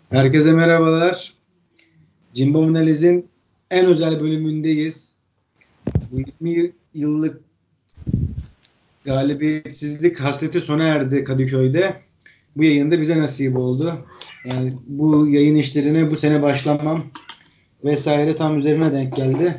Herkese merhabalar. Cimbom Analiz'in en özel bölümündeyiz. Bu 20 yıllık galibiyetsizlik hasreti sona erdi Kadıköy'de. Bu yayında bize nasip oldu. Yani bu yayın işlerine bu sene başlamam vesaire tam üzerine denk geldi.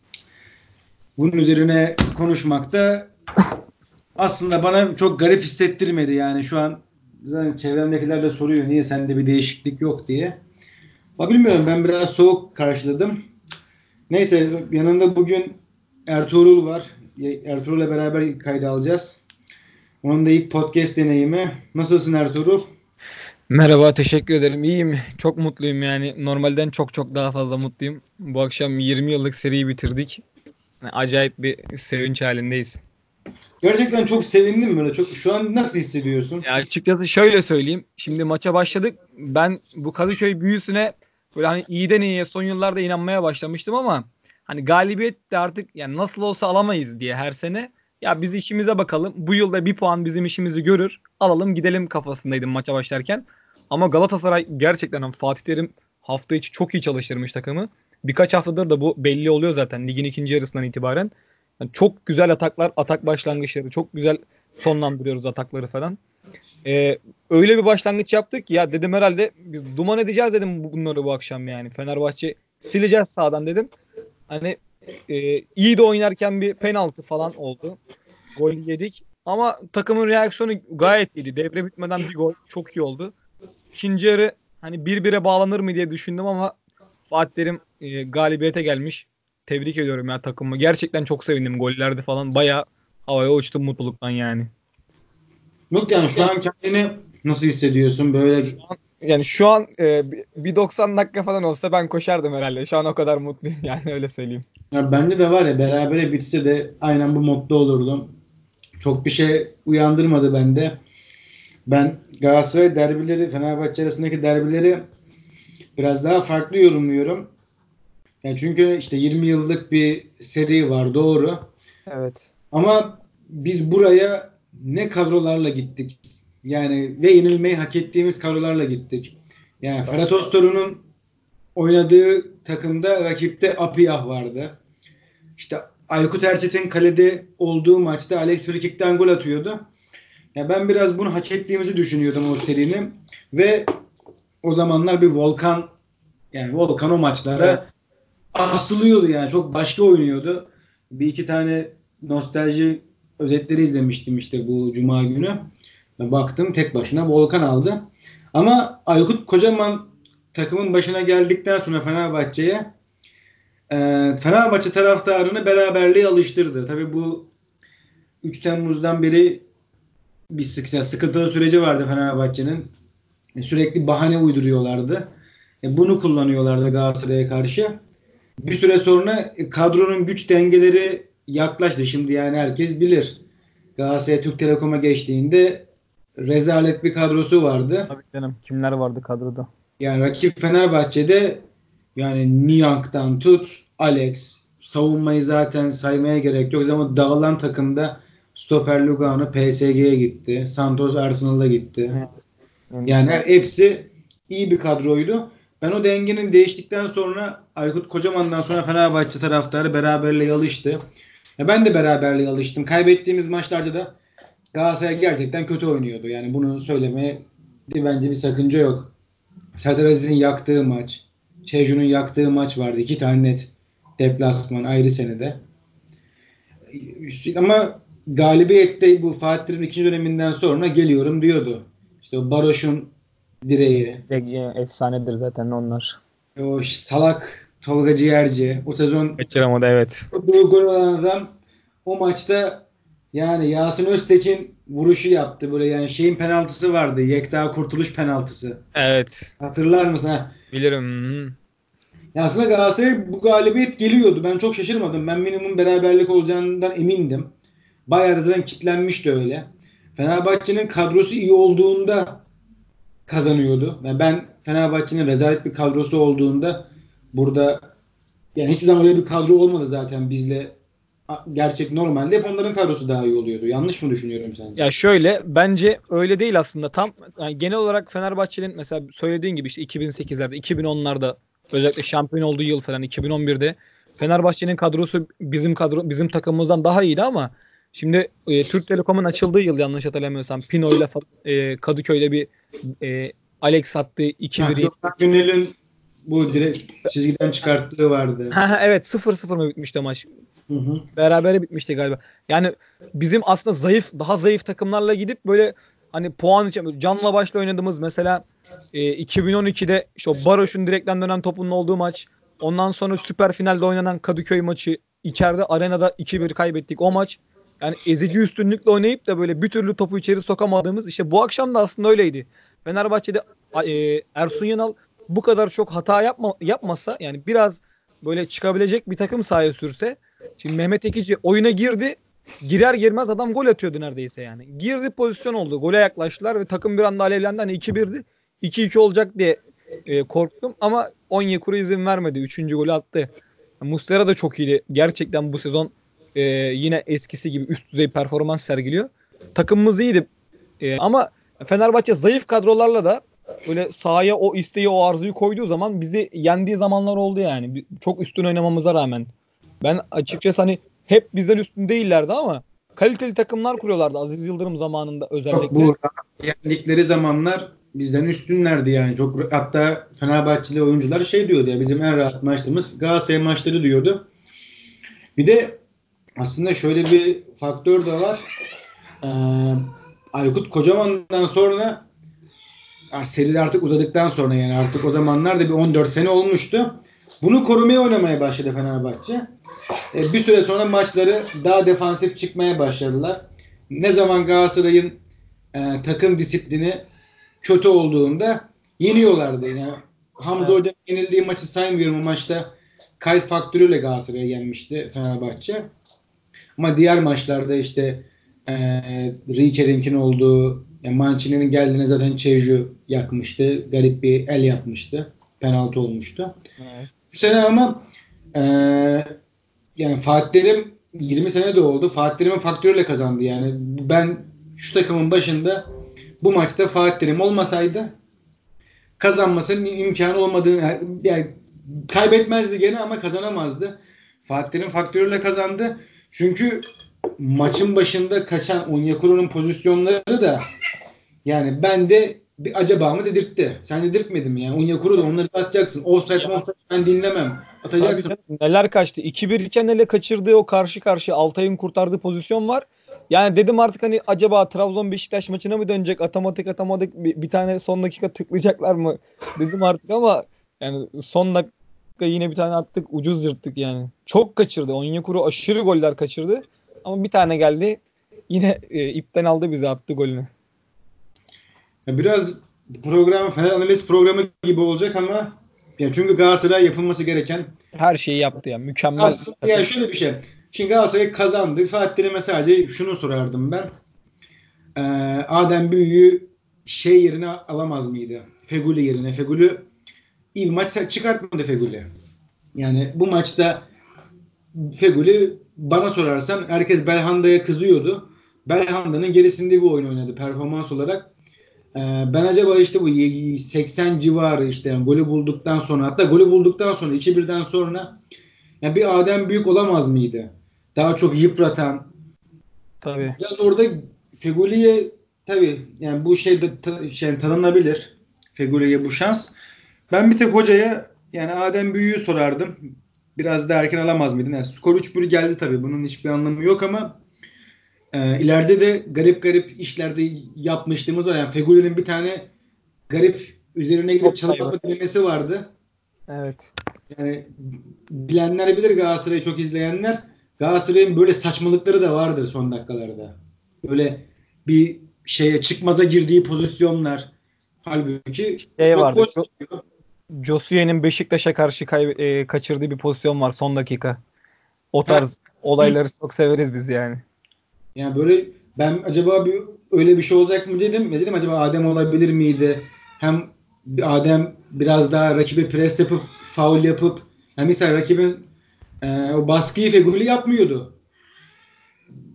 Bunun üzerine konuşmak da aslında bana çok garip hissettirmedi. Yani şu an zaten çevremdekiler de soruyor niye sende bir değişiklik yok diye. Ama bilmiyorum, ben biraz soğuk karşıladım. Neyse, yanında bugün Ertuğrul var. Ertuğrul'la beraber kayda alacağız. Onun da ilk podcast deneyimi. Nasılsın Ertuğrul? Merhaba, teşekkür ederim. İyiyim. Çok mutluyum yani. Normalden çok çok daha fazla mutluyum. Bu akşam 20 yıllık seriyi bitirdik. Yani acayip bir sevinç halindeyiz. Gerçekten çok sevindim böyle. Çok, şu an nasıl hissediyorsun? Ya açıkçası şöyle söyleyeyim. Şimdi maça başladık. Ben bu Kadıköy büyüsüne böyle hani iyiden iyiye son yıllarda inanmaya başlamıştım ama hani galibiyet de artık yani nasıl olsa alamayız diye her sene. Ya biz işimize bakalım. Bu yılda bir puan bizim işimizi görür. Alalım gidelim kafasındaydım maça başlarken. Ama Galatasaray gerçekten Fatih Terim hafta içi çok iyi çalıştırmış takımı. Birkaç haftadır da bu belli oluyor zaten ligin ikinci yarısından itibaren. Yani çok güzel ataklar, atak başlangıçları, çok güzel sonlandırıyoruz atakları falan. Öyle bir başlangıç yaptık ki ya dedim herhalde biz duman edeceğiz dedim bunları bu akşam yani. Fenerbahçe sileceğiz sağdan dedim. Hani iyi de oynarken bir penaltı falan oldu. Gol yedik. Ama takımın reaksiyonu gayet iyiydi. Devre bitmeden bir gol çok iyi oldu. İkinci yarı hani 1-1'e bağlanır mı diye düşündüm ama Fatih Terim galibiyete gelmiş. Tebrik ediyorum ya takımı. Gerçekten çok sevindim gollerde falan. Bayağı havaya uçtum mutluluktan yani. Yok yani, şu an kendini nasıl hissediyorsun? Böyle Yani şu an bir 90 dakika falan olsa ben koşardım herhalde. Şu an o kadar mutluyum yani öyle söyleyeyim. ya, bende de var ya, berabere bitse de aynen bu modda olurdum. Çok bir şey uyandırmadı bende. Ben Galatasaray derbileri, Fenerbahçe arasındaki derbileri biraz daha farklı yorumluyorum. Yani çünkü işte 20 yıllık bir seri var, doğru. Evet. Ama biz buraya ne kadrolarla gittik? Yani ve yenilmeyi hak ettiğimiz kadrolarla gittik. Yani Ferhat Öztorun'un oynadığı takımda rakipte Apiyah vardı. İşte Aykut Erçetin kalede olduğu maçta Alex Frikik'ten gol atıyordu. Yani ben biraz bunu hak ettiğimizi düşünüyordum o serinin. Ve o zamanlar bir Volkan, yani Volkan o Evet. maçlara asılıyordu, yani çok başka oynuyordu. Bir iki tane nostalji özetleri izlemiştim işte bu cuma günü. Baktım tek başına Volkan aldı. Ama Aykut Kocaman takımın başına geldikten sonra Fenerbahçe'ye Fenerbahçe taraftarını beraberliğe alıştırdı. Tabii bu 3 Temmuz'dan beri bir sıkıntılı süreci vardı Fenerbahçe'nin. Sürekli bahane uyduruyorlardı. Bunu kullanıyorlardı Galatasaray'a karşı. Bir süre sonra kadronun güç dengeleri yaklaştı. Şimdi yani herkes bilir. Galatasaray Türk Telekom'a geçtiğinde rezalet bir kadrosu vardı. Tabii canım. Kimler vardı kadroda? Yani rakip Fenerbahçe'de yani Niang'dan tut Alex, savunmayı zaten saymaya gerek yok. Ama dağılan takımda stoper Lugano PSG'ye gitti. Santos Arsenal'a gitti. Evet. Yani Yani hepsi iyi bir kadroydu. Ben o dengenin değiştikten sonra Aykut Kocaman'dan sonra Fenerbahçe taraftarı beraberliğe alıştı. Ben de beraberliğe alıştım. Kaybettiğimiz maçlarda da Galatasaray gerçekten kötü oynuyordu. Yani bunu söylemeye de bence bir sakınca yok. Serdar Aziz'in yaktığı maç, Çeju'nun yaktığı maç vardı. İki tane net deplasman ayrı senede. Ama galibiyette bu Fatih Terim ikinci döneminden sonra geliyorum diyordu. İşte o Baroş'un direği, efsanedir zaten onlar. o salak Tolga Ciğerci, o sezon Kaçıramadı evet. bu gol olan adam o maçta, yani Yasin Öztekin vuruşu yaptı. Böyle yani şeyin penaltısı vardı. Yekta Kurtuluş penaltısı. Evet. Hatırlar mısın? Ha? Bilirim. Ya aslında Galatasaray bu galibiyet geliyordu. Ben çok şaşırmadım. Ben minimum beraberlik olacağından emindim. Bayağı da zaten kitlenmişti öyle. Fenerbahçe'nin kadrosu iyi olduğunda kazanıyordu. Yani ben Fenerbahçe'nin rezalet bir kadrosu olduğunda burada, yani hiçbir zaman öyle bir kadro olmadı zaten bizle gerçek normalde hep onların kadrosu daha iyi oluyordu. Yanlış mı düşünüyorum sence? Ya şöyle bence öyle değil aslında tam yani genel olarak Fenerbahçe'nin mesela söylediğin gibi işte 2008'lerde 2010'larda özellikle şampiyon olduğu yıl falan 2011'de Fenerbahçe'nin kadrosu bizim takımımızdan daha iyiydi ama şimdi Türk Telekom'un açıldığı yıl yanlış hatırlamıyorsam Pino'yla Kadıköy'de bir e, Alex sattı 2-1 Gökhan Gönül'ün bu direkt çizgiden çıkarttığı vardı. evet 0-0 mı bitmişti o maç? Hı hı. Berabere bitmişti galiba. Yani bizim aslında daha zayıf takımlarla gidip böyle hani puan için canla başla oynadığımız mesela 2012'de işte o Baroş'un direkten dönen topunun olduğu maç. Ondan sonra süper finalde oynanan Kadıköy maçı. İçeride arenada 2-1 kaybettik o maç. Yani ezici üstünlükle oynayıp da böyle bir türlü topu içeri sokamadığımız işte bu akşam da aslında öyleydi. Fenerbahçe'de Ersun Yanal bu kadar çok hata yapmasa yani biraz böyle çıkabilecek bir takım sahaya sürse. Şimdi Mehmet Ekici oyuna girdi. Girer girmez adam gol atıyordu neredeyse yani. Girdi pozisyon oldu. Gole yaklaştılar ve takım bir anda alevlendi. Hani 2-1'di. 2-2 olacak diye korktum ama Onyekuru izin vermedi. Üçüncü golü attı. Muslera da çok iyiydi. Gerçekten bu sezon yine eskisi gibi üst düzey performans sergiliyor. Takımımız iyiydi. Ama Fenerbahçe zayıf kadrolarla da böyle sahaya o isteği, o arzuyu koyduğu zaman bizi yendiği zamanlar oldu yani. Çok üstün oynamamıza rağmen. Ben açıkçası hani hep bizden üstün değillerdi ama kaliteli takımlar kuruyorlardı Aziz Yıldırım zamanında Çok özellikle. bu yendikleri zamanlar bizden üstünlerdi yani. Çok hatta Fenerbahçeli oyuncular şey diyordu ya bizim en rahat maçlarımız Galatasaray maçları diyordu. Bir de aslında şöyle bir faktör de var. Ee, Aykut Kocaman'dan sonra seride artık uzadıktan sonra yani artık o zamanlar da bir 14 sene olmuştu. Bunu korumaya oynamaya başladı Fenerbahçe. Bir süre sonra maçları daha defansif çıkmaya başladılar. Ne zaman Galatasaray'ın takım disiplini kötü olduğunda yeniyorlardı. Yani Hamza Evet. Hoca yenildiği maçı saymıyorum. O maçta kayıt faktörüyle Galatasaray'a gelmişti Fenerbahçe. Ama diğer maçlarda işte e, Riker'inkinin olduğu Mancini'nin geldiğine zaten Çeju yakmıştı. Garip bir el yapmıştı. Penaltı olmuştu. Evet. Bu sene ama e, yani Fatih Terim 20 sene de oldu. Fatih Terim'in faktörüyle kazandı yani. Ben şu takımın başında bu maçta Fatih Terim olmasaydı kazanmasının imkanı olmadığını yani kaybetmezdi gene ama kazanamazdı. Fatih Terim faktörüyle kazandı. Çünkü maçın başında kaçan Onyekuru'nun pozisyonları da yani ben de bir acaba mı dedirtti. Sen dedirtmedin mi yani? Onyekuru da onları atacaksın. Offside Ya offside ben dinlemem. tabii Atacaksın. canım neler kaçtı. 2-1 iken hele kaçırdığı o karşı karşıya Altay'ın kurtardığı pozisyon var. Yani dedim artık hani acaba Trabzon Beşiktaş maçına mı dönecek? Atamadık bir tane son dakika tıklayacaklar mı? Dedim artık ama yani son dakika yine bir tane attık ucuz yırttık yani. Çok kaçırdı. Onyekuru aşırı goller kaçırdı. Ama bir tane geldi. Yine ipten aldı bizi attı golünü. Ya biraz program Fener analiz programı gibi olacak ama ya çünkü Galatasaray yapılması gereken Her şeyi yaptı ya. Mükemmel bir aslında yani takım. şöyle bir şey. Şimdi Galatasaray kazandı. Fatih Terim'e sadece şunu sorardım ben. Ee, Adem Büyük'ü şey yerine alamaz mıydı? Feguli yerine. Feguli iyi bir maç çıkartmadı Feguli. Yani bu maçta Feguli bana sorarsan herkes Belhanda'ya kızıyordu. Belhanda'nın gerisinde bir oyun oynadı performans olarak. Ben acaba işte bu 80 civarı işte yani golü bulduktan sonra hatta golü bulduktan sonra 2-1'den sonra yani bir Adem Büyük olamaz mıydı? Daha çok yıpratan. Tabii. Biraz orada Fegüli'ye tabii yani bu şey de şey tanınabilir. Fegüli'ye bu şans. Ben bir tek hocaya yani Adem Büyük'ü sorardım. Biraz da erken alamaz mıydın? Yani skor 3-1 geldi tabii. Bunun hiçbir anlamı yok ama ileride de garip garip işlerde yapmışlığımız var. Yani Fegüli'nin bir tane garip üzerine gidip Top çalım kaybı. atma denemesi vardı. Evet. Yani bilenler bilir Galatasaray'ı çok izleyenler. Galatasaray'ın böyle saçmalıkları da vardır son dakikalarda. Böyle bir şeye çıkmaza girdiği pozisyonlar. Halbuki Şey çok vardı. boş çıkıyor. Josué'nin Beşiktaş'a karşı kaçırdığı bir pozisyon var son dakika. O Ha, tarz olayları çok severiz biz yani. yani böyle ben acaba bir öyle bir şey olacak mı dedim. Ne dedim acaba Adem olabilir miydi? Hem Adem biraz daha rakibe pres yapıp faul yapıp yani mesela rakibin o baskıyı Feguli yapmıyordu.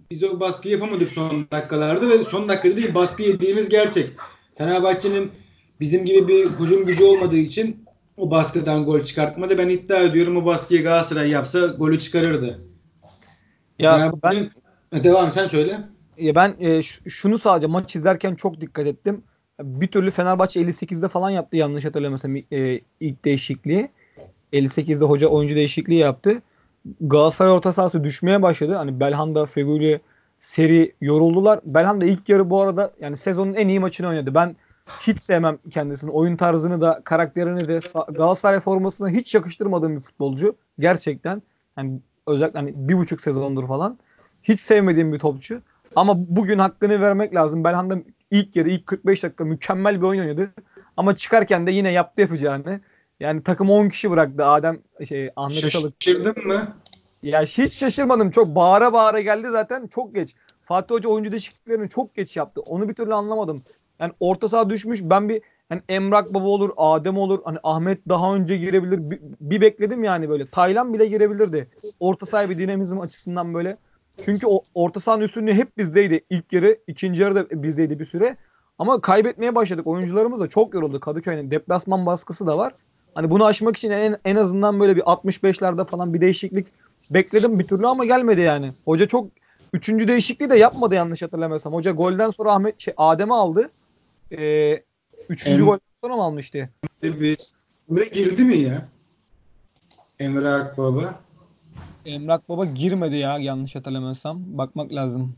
biz o baskıyı yapamadık son dakikalarda ve son dakikada değil baskı yediğimiz gerçek. Fenerbahçe'nin bizim gibi bir hücum gücü olmadığı için o baskıdan gol çıkartmadı. Ben iddia ediyorum o baskıyı Galatasaray yapsa golü çıkarırdı. Ya ben Fenerbahçe devam sen söyle. şunu sadece maç izlerken çok dikkat ettim. Bir türlü Fenerbahçe 58'de falan yaptı yanlış hatırlamıyorsam ilk değişikliği. 58'de hoca oyuncu değişikliği yaptı. Galatasaray orta sahası düşmeye başladı. Hani Belhanda, Feguli, Seri yoruldular. Belhanda ilk yarı bu arada yani sezonun en iyi maçını oynadı. Ben hiç sevmem kendisini. Oyun tarzını da karakterini de Galatasaray formasına hiç yakıştırmadığım bir futbolcu. Gerçekten. Yani özellikle hani 1,5 sezondur falan. Hiç sevmediğim bir topçu. Ama bugün hakkını vermek lazım. Belhanda ilk yarı ilk 45 dakika mükemmel bir oyun oynadı. Ama çıkarken de yine yaptı yapacağını. Yani takım 10 kişi bıraktı. Ahmet Çalık. Şaşırdın mı? Ya hiç şaşırmadım. Çok bağıra bağıra geldi zaten çok geç. Fatih Hoca oyuncu değişikliklerini çok geç yaptı. Onu bir türlü anlamadım. Yani orta saha düşmüş. Ben bir hani Emrak Baba olur, Adem olur. Hani Ahmet daha önce girebilir. Bir bekledim yani böyle. Taylan bile girebilirdi. Orta sahaya bir dinamizm açısından böyle. Çünkü o orta sahanın üstünlüğü hep bizdeydi. İlk yarı, ikinci yarı da bizdeydi bir süre. Ama kaybetmeye başladık. Oyuncularımız da çok yoruldu. Kadıköy'ün deplasman baskısı da var. Hani bunu aşmak için en azından böyle bir 65'lerde falan bir değişiklik bekledim bir türlü ama gelmedi yani. Hoca çok üçüncü değişikliği de yapmadı yanlış hatırlamıyorsam. Hoca golden sonra Adem'i aldı. Üçüncü golden sonra mı almıştı? Biz Emre girdi mi ya? Emre Akbaba. Emrak Baba girmedi ya yanlış hatırlamıyorsam. Bakmak lazım.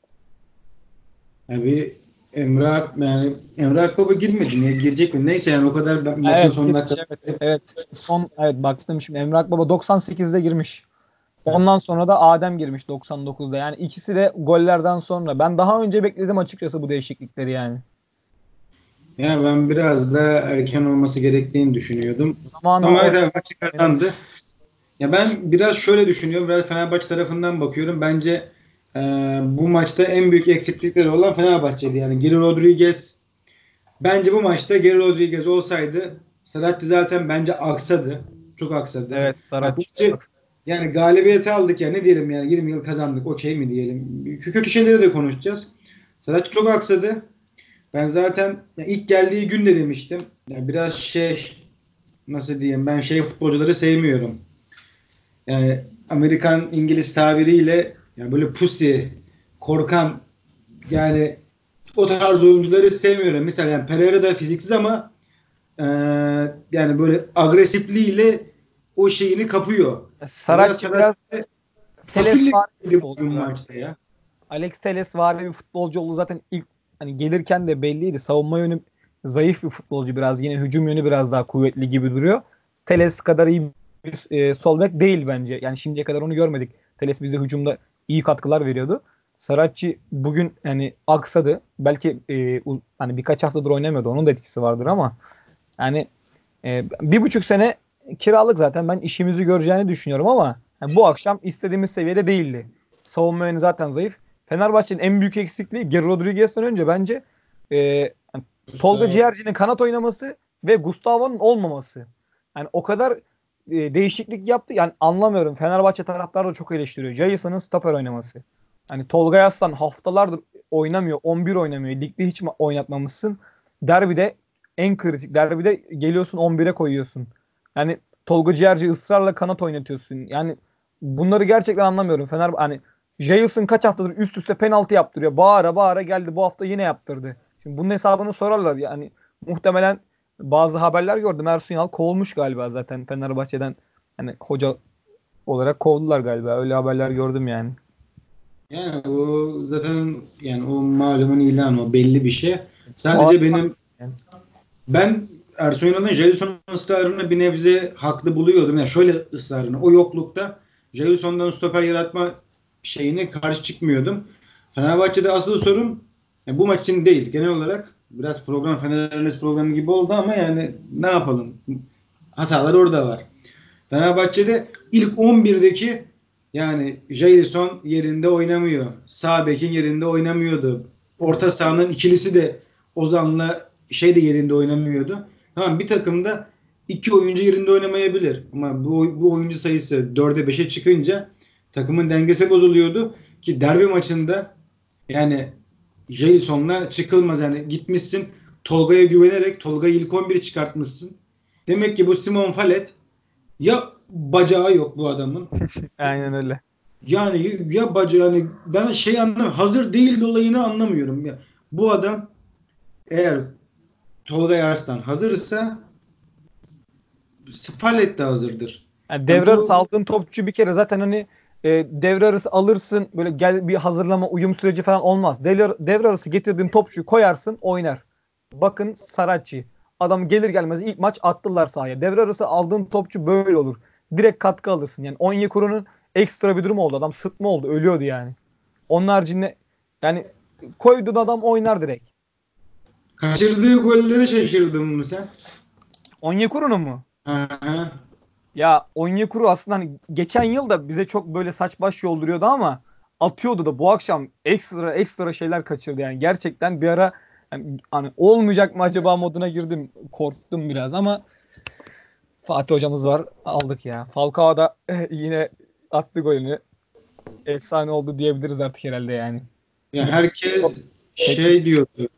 Abi Emre Akbaba girmedi mi? Girecek mi? Neyse yani o kadar Ha, maçın evet son girmiş dakika. evet. Evet. Evet baktım şimdi Emrak Baba 98'de girmiş. Ondan sonra da Adem girmiş 99'da. Yani ikisi de gollerden sonra. Ben daha önce bekledim açıkçası bu değişiklikleri yani. Ya ben biraz da erken olması gerektiğini düşünüyordum. Zamanı Ama o. evet, maçı kazandı. Ya ben biraz şöyle düşünüyorum. Biraz Fenerbahçe tarafından bakıyorum. Bence e, bu maçta en büyük eksiklikleri olan Fenerbahçe'di. Yani Geri Rodriguez bence bu maçta Geri Rodriguez olsaydı Saratçı zaten bence aksadı. Çok aksadı. Evet Ha, bu Saraç. maçı yani galibiyeti aldık ya ne diyelim yani 20 yıl kazandık okey mi diyelim. Kötü şeyleri de konuşacağız. Saratçı çok aksadı. Ben zaten ya ilk geldiği gün de demiştim. Ya biraz nasıl diyeyim ben futbolcuları sevmiyorum. Yani Amerikan İngiliz tabiriyle yani böyle pussy, korkan yani o tarz oyuncuları sevmiyorum. Mesela yani Pereira da fiziksiz ama yani böyle agresifliğiyle o şeyini kapıyor. Ya biraz Saratçı biraz Fenerbahçe Teles fasulye var bir gibi futbolcu bugün zaten. maçta ya. Alex Teles var bir futbolcu olduğu zaten ilk hani gelirken de belliydi. Savunma yönü zayıf bir futbolcu biraz. Yine hücum yönü biraz daha kuvvetli gibi duruyor. Teles kadar iyi bir sol bek değil bence. Yani şimdiye kadar onu görmedik. Teles bize hücumda iyi katkılar veriyordu. Saratçı bugün yani aksadı. Belki hani birkaç haftadır oynamıyordu. Onun da etkisi vardır ama yani 1,5 sene kiralık zaten ben işimizi göreceğini düşünüyorum ama yani bu akşam istediğimiz seviyede değildi. Savunma yönü zaten zayıf. Fenerbahçe'nin en büyük eksikliği Geri Rodriguez'den önce bence e, yani Tolga Mustafa. Ciğerci'nin kanat oynaması ve Gustavo'nun olmaması. Yani o kadar değişiklik yaptı. Yani anlamıyorum. Fenerbahçe taraftarı da çok eleştiriyor. Jason'ın stoper oynaması. Hani Tolga Aslan haftalardır oynamıyor. 11 oynamıyor. Ligde hiç oynatmamışsın. Derbide en kritik derbide geliyorsun 11'e koyuyorsun. Yani Tolga Ciğerci ısrarla kanat oynatıyorsun. Yani bunları gerçekten anlamıyorum. Hani Jailson kaç haftadır üst üste penaltı yaptırıyor. Bağıra bağıra geldi bu hafta yine yaptırdı. Şimdi bunun hesabını sorarlar. Yani muhtemelen bazı haberler gördüm. Ersun Yanal kovulmuş galiba zaten Fenerbahçe'den. Hani hoca olarak kovdular galiba. Öyle haberler gördüm yani. Yani o zaten yani o malumun ilanı o belli bir şey. Bağır Sadece benim yani. ben Ersun Yanal'ın Jason'ın ısrarını bir nebze haklı buluyordum. Yani şöyle ısrarını. O yoklukta Jason'dan stoper yaratma şeyine karşı çıkmıyordum. Fenerbahçe'de asıl sorun yani bu maç için değil. Genel olarak biraz program Fener'les programı gibi oldu ama yani ne yapalım? Hatalar orada var. Fenerbahçe'de ilk 11'deki yani Jailson yerinde oynamıyor. Sağ bekin yerinde oynamıyordu. Orta sahanın ikilisi de Ozan'la de yerinde oynamıyordu. Tamam bir takımda iki oyuncu yerinde oynamayabilir. Ama bu oyuncu sayısı 4'e 5'e çıkınca takımın dengesi bozuluyordu. Ki derbi maçında yani Jason'la çıkılmaz yani, gitmişsin Tolga'ya güvenerek Tolga'yı ilk 11'i çıkartmışsın. Demek ki bu Simon Fallet ya bacağı yok bu adamın. Aynen öyle. Yani ya bacağı, yani ben şey anlamıyorum. Hazır değil olayını anlamıyorum ya. Bu adam eğer Tolga Arslan hazırsa Fallet de hazırdır. Yani Yani devre arası bu aldığın topçu bir kere zaten hani devre arası alırsın böyle gel bir hazırlama uyum süreci falan olmaz. Devre arası getirdiğin topçuyu koyarsın oynar. Bakın Saracchi. Adam gelir gelmez ilk maç attılar sahaya. Devre arası aldığın topçu böyle olur. Direkt katkı alırsın. Yani Onyekuru'nun ekstra bir durum oldu. Adam sıtma oldu. Ölüyordu yani. Onun haricinde yani koyduğun adam oynar direkt. kaçırdığı gollere şaşırdın mı sen? Onyekuru'nun mu? Aha. Ya Onyekuru aslında hani geçen yıl da bize çok böyle saç baş yolduruyordu ama atıyordu da bu akşam ekstra ekstra şeyler kaçırdı yani gerçekten bir ara yani hani olmayacak mı acaba moduna girdim, korktum biraz ama Fatih hocamız var, aldık ya. Falcao da yine attı golünü, efsane oldu diyebiliriz artık herhalde yani. Ya Biraz herkes teknik şey diyordu.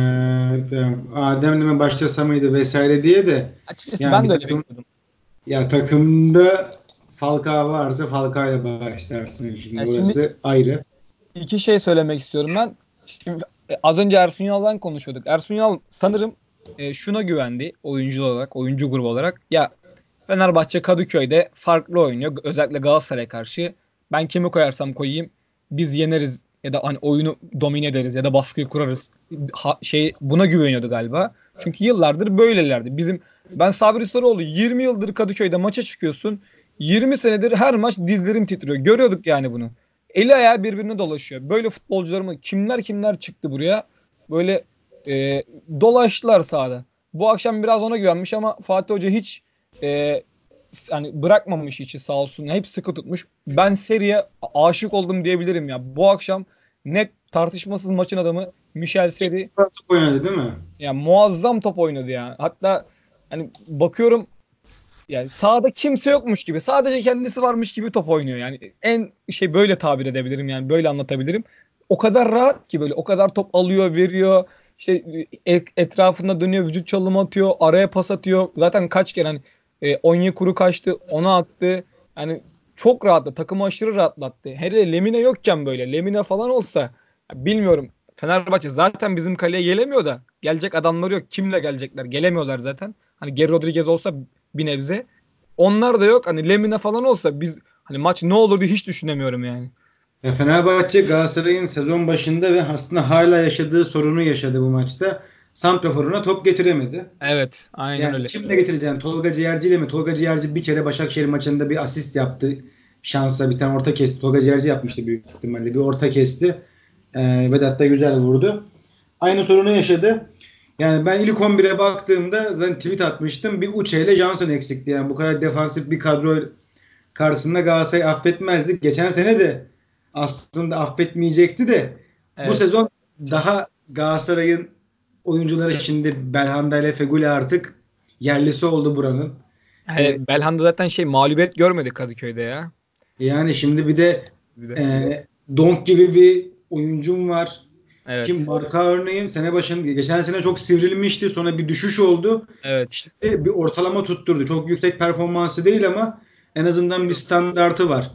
Adem'le başlasa mıydı vesaire diye de, açıkçası yani ben bir de öyle takım, bekliyordum. ya takımda Falcao varsa Falcao'yla başlarsın, şimdi Yani şimdi orası ayrı. iki şey söylemek istiyorum ben. Şimdi az önce Ersun Yanal'dan konuşuyorduk. Ersun Yanal sanırım şuna güvendi oyuncu olarak, oyuncu grubu olarak. Ya Fenerbahçe Kadıköy'de farklı oynuyor. Özellikle Galatasaray'a karşı. Ben kimi koyarsam koyayım biz yeneriz ya da hani oyunu domine ederiz ya da baskıyı kurarız. Şey buna güveniyordu galiba. Çünkü yıllardır böylelerdi. Ben Sabri Sarıoğlu 20 yıldır Kadıköy'de maça çıkıyorsun. 20 senedir her maç dizlerin titriyor. Görüyorduk yani bunu. Eli ayağı birbirine dolaşıyor. Böyle futbolcularımı kimler kimler çıktı buraya. Böyle e, dolaştılar sahada. Bu akşam biraz ona güvenmiş ama Fatih Hoca hiç e, hani bırakmamış içi sağ olsun. Hep sıkı tutmuş. Ben seriye aşık oldum diyebilirim ya. Bu akşam net tartışmasız maçın adamı Michel Seri. Top oynadı değil mi? Ya muazzam top oynadı ya. Hatta hani bakıyorum yani sahada kimse yokmuş gibi, sadece kendisi varmış gibi top oynuyor. Yani en şey böyle tabir edebilirim yani böyle anlatabilirim. O kadar rahat ki böyle o kadar top alıyor, veriyor. İşte etrafında dönüyor, vücut çalımı atıyor, araya pas atıyor. Zaten kaç kere hani Onyekuru kaçtı, ona attı. Yani çok rahatlattı. Takımı aşırı rahatlattı. Hele Lemine yokken böyle. Lemine falan olsa ya bilmiyorum. Fenerbahçe zaten bizim kaleye gelemiyor da gelecek adamları yok. Kimle gelecekler? Gelemiyorlar zaten. Hani Geri Rodriguez olsa bir nebze. Onlar da yok. Hani Lemina falan olsa biz hani maç ne olur diye hiç düşünemiyorum yani. Ya Fenerbahçe Galatasaray'ın sezon başında ve aslında hala yaşadığı sorunu yaşadı bu maçta. Santrafor'una top getiremedi. Evet, aynen Yani öyle. kimle getireceksin? Tolga Ciğerci ile mi? Tolga Ciğerci bir kere Başakşehir maçında bir asist yaptı. Şansa bir tane orta kesti. Tolga Ciğerci yapmıştı büyük ihtimalle. Bir orta kesti. Vedat da güzel vurdu. Aynı sorunu yaşadı. Yani ben ilk 11'e baktığımda zaten tweet atmıştım. Bir Uche ile Johnson eksikti. Yani bu kadar defansif bir kadro karşısında Galatasaray affetmezdi. Geçen sene de aslında affetmeyecekti de bu Evet. sezon daha Galatasaray'ın oyuncuları, şimdi Belhanda ile Feguli artık yerlisi oldu buranın. E, Belhanda zaten şey mağlubiyet görmedi Kadıköy'de ya. Yani şimdi bir de Bir de. Donk gibi bir oyuncum var. Kim Evet. marka örneğin sene başında, geçen sene çok sivrilmişti. Sonra bir düşüş oldu. Evet. Şimdi bir ortalama tutturdu. Çok yüksek performansı değil ama en azından bir standartı var.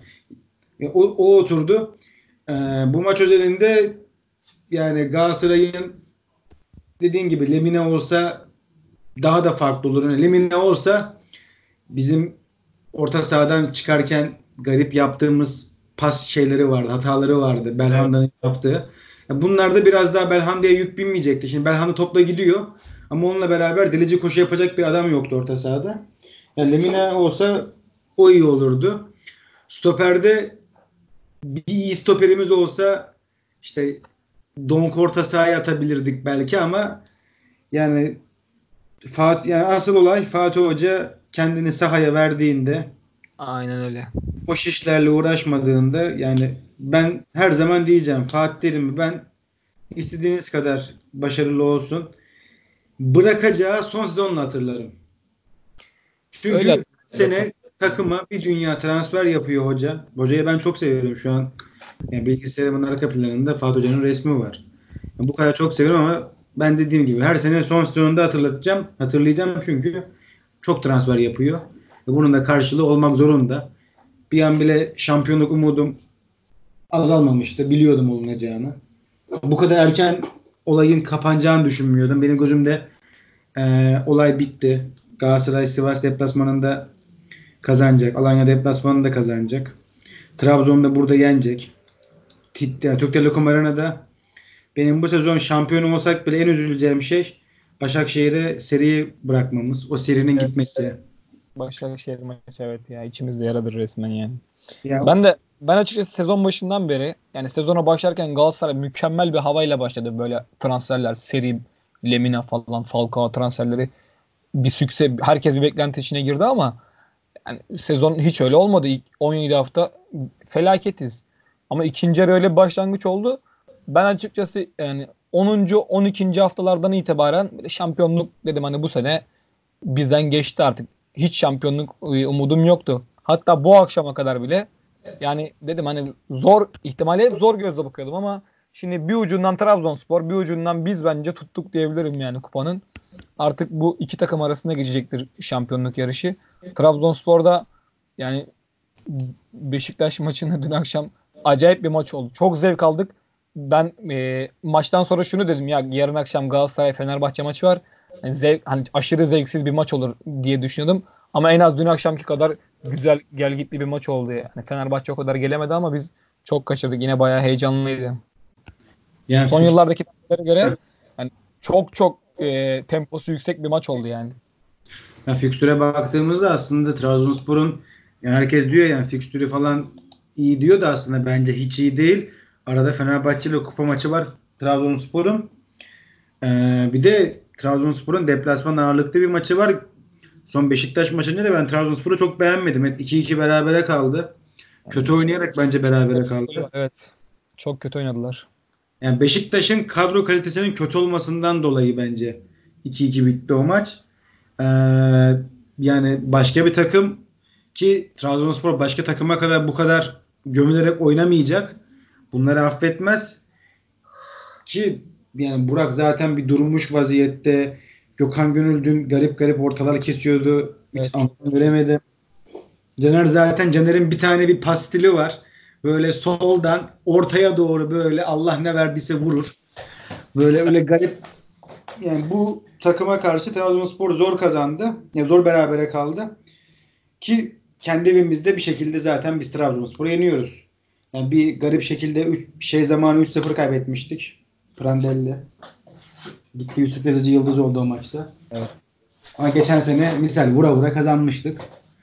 O oturdu. E, Bu maç özelinde yani Galatasaray'ın dediğin gibi Lemine olsa daha da farklı olur. Yani Lemine olsa bizim orta sahadan çıkarken garip yaptığımız pas şeyleri vardı, hataları vardı. Belhanda'nın Evet. yaptığı. Bunlar da biraz daha Belhanda'ya yük binmeyecekti. Şimdi Belhanda topla gidiyor ama onunla beraber delici koşu yapacak bir adam yoktu orta sahada. Yani Lemine olsa o iyi olurdu. Stoper'de bir iyi stoperimiz olsa işte Donk orta sahaya atabilirdik belki ama yani yani asıl olay Fatih Hoca kendini sahaya verdiğinde, Aynen öyle. boş işlerle uğraşmadığında, yani ben her zaman diyeceğim Fatih Terim'i ben istediğiniz kadar başarılı olsun, bırakacağı son sezonla hatırlarım. Öyle Çünkü zaten. sene takıma bir dünya transfer yapıyor hoca. Hocayı ben çok seviyorum şu an. Yani bilgisayarımın arka planında Fatih Hoca'nın resmi var. Yani bu kadar çok seviyorum ama ben dediğim gibi her sene son sezonunda hatırlayacağım çünkü çok transfer yapıyor. Ve bunun da karşılığı olmak zorunda. Bir an bile şampiyonluk umudum azalmamıştı. Biliyordum olunacağını. Bu kadar erken olayın kapanacağını düşünmüyordum. Benim gözümde olay bitti. Galatasaray Sivas deplasmanında kazanacak. Alanya deplasmanında kazanacak. Trabzon'da burada yenecek. Yani Türk Telekom Arena'da benim bu sezon şampiyon olsak bile en üzüleceğim şey Başakşehir'e seriyi bırakmamız. O serinin Evet. gitmesi. Başakşehir maçı, evet ya, içimizde yaradır resmen yani. Ya Ben açıkçası sezon başından beri, yani sezona başlarken Galatasaray mükemmel bir havayla başladı, böyle transferler, seri, Lemina falan, Falcao transferleri bir sükse, herkes bir beklenti içine girdi ama yani sezon hiç öyle olmadı. İlk 17 hafta felaketiz. Ama ikinci yarı öyle bir başlangıç oldu. Ben açıkçası yani 10. 12. haftalardan itibaren böyle şampiyonluk dedim, hani bu sene bizden geçti artık. Hiç şampiyonluk umudum yoktu. Hatta bu akşama kadar bile yani dedim hani zor, ihtimali hep zor gözle bakıyordum ama şimdi bir ucundan Trabzonspor, bir ucundan biz bence tuttuk diyebilirim yani kupanın. Artık bu iki takım arasında geçecektir şampiyonluk yarışı. Trabzonspor'da yani Beşiktaş maçını dün akşam acayip bir maç oldu. Çok zevk aldık. Ben maçtan sonra şunu dedim, ya yarın akşam Galatasaray Fenerbahçe maçı var. Yani hani aşırı zevksiz bir maç olur diye düşünüyordum. Ama en az dün akşamki kadar güzel, gelgitli bir maç oldu yani. Fenerbahçe o kadar gelemedi ama biz çok kaçırdık. Yine bayağı heyecanlıydı. yani Son yıllardaki maçlara göre yani çok çok temposu yüksek bir maç oldu yani. fikstüre baktığımızda aslında Trabzonspor'un yani herkes diyor yani fikstürü falan iyi diyor da aslında bence hiç iyi değil. Arada Fenerbahçe ile kupa maçı var Trabzonspor'un. Bir de Trabzonspor'un deplasman ağırlıklı bir maçı var. Son Beşiktaş maçında da ben Trabzonspor'u çok beğenmedim. Evet, 2-2 berabere kaldı. Yani Kötü oynayarak bence berabere kaldı. evet. Çok kötü oynadılar. Yani Beşiktaş'ın kadro kalitesinin kötü olmasından dolayı bence 2-2 bitti o maç. Ee, Yani başka bir takım ki Trabzonspor başka takıma kadar bu kadar gömülerek oynamayacak. Bunları affetmez ki yani Burak zaten bir durmuş vaziyette. Gökhan Gönül dün garip garip ortalar kesiyordu. Hiç Evet, anlam çok veremedim. Caner'in bir tane bir pas stili var. Böyle soldan ortaya doğru böyle Allah ne verdiyse vurur. Böyle sert. öyle garip yani bu takıma karşı Trabzonspor zor kazandı. Yani zor berabere kaldı. Ki kendi evimizde bir şekilde zaten biz Trabzonspor'u yeniyoruz. Yani bir garip şekilde zamanı 3-0 kaybetmiştik. Prandelli. Gitti Yusuf Yazıcı yıldız oldu o maçta. Evet. Ama geçen sene misal vura vura kazanmıştık.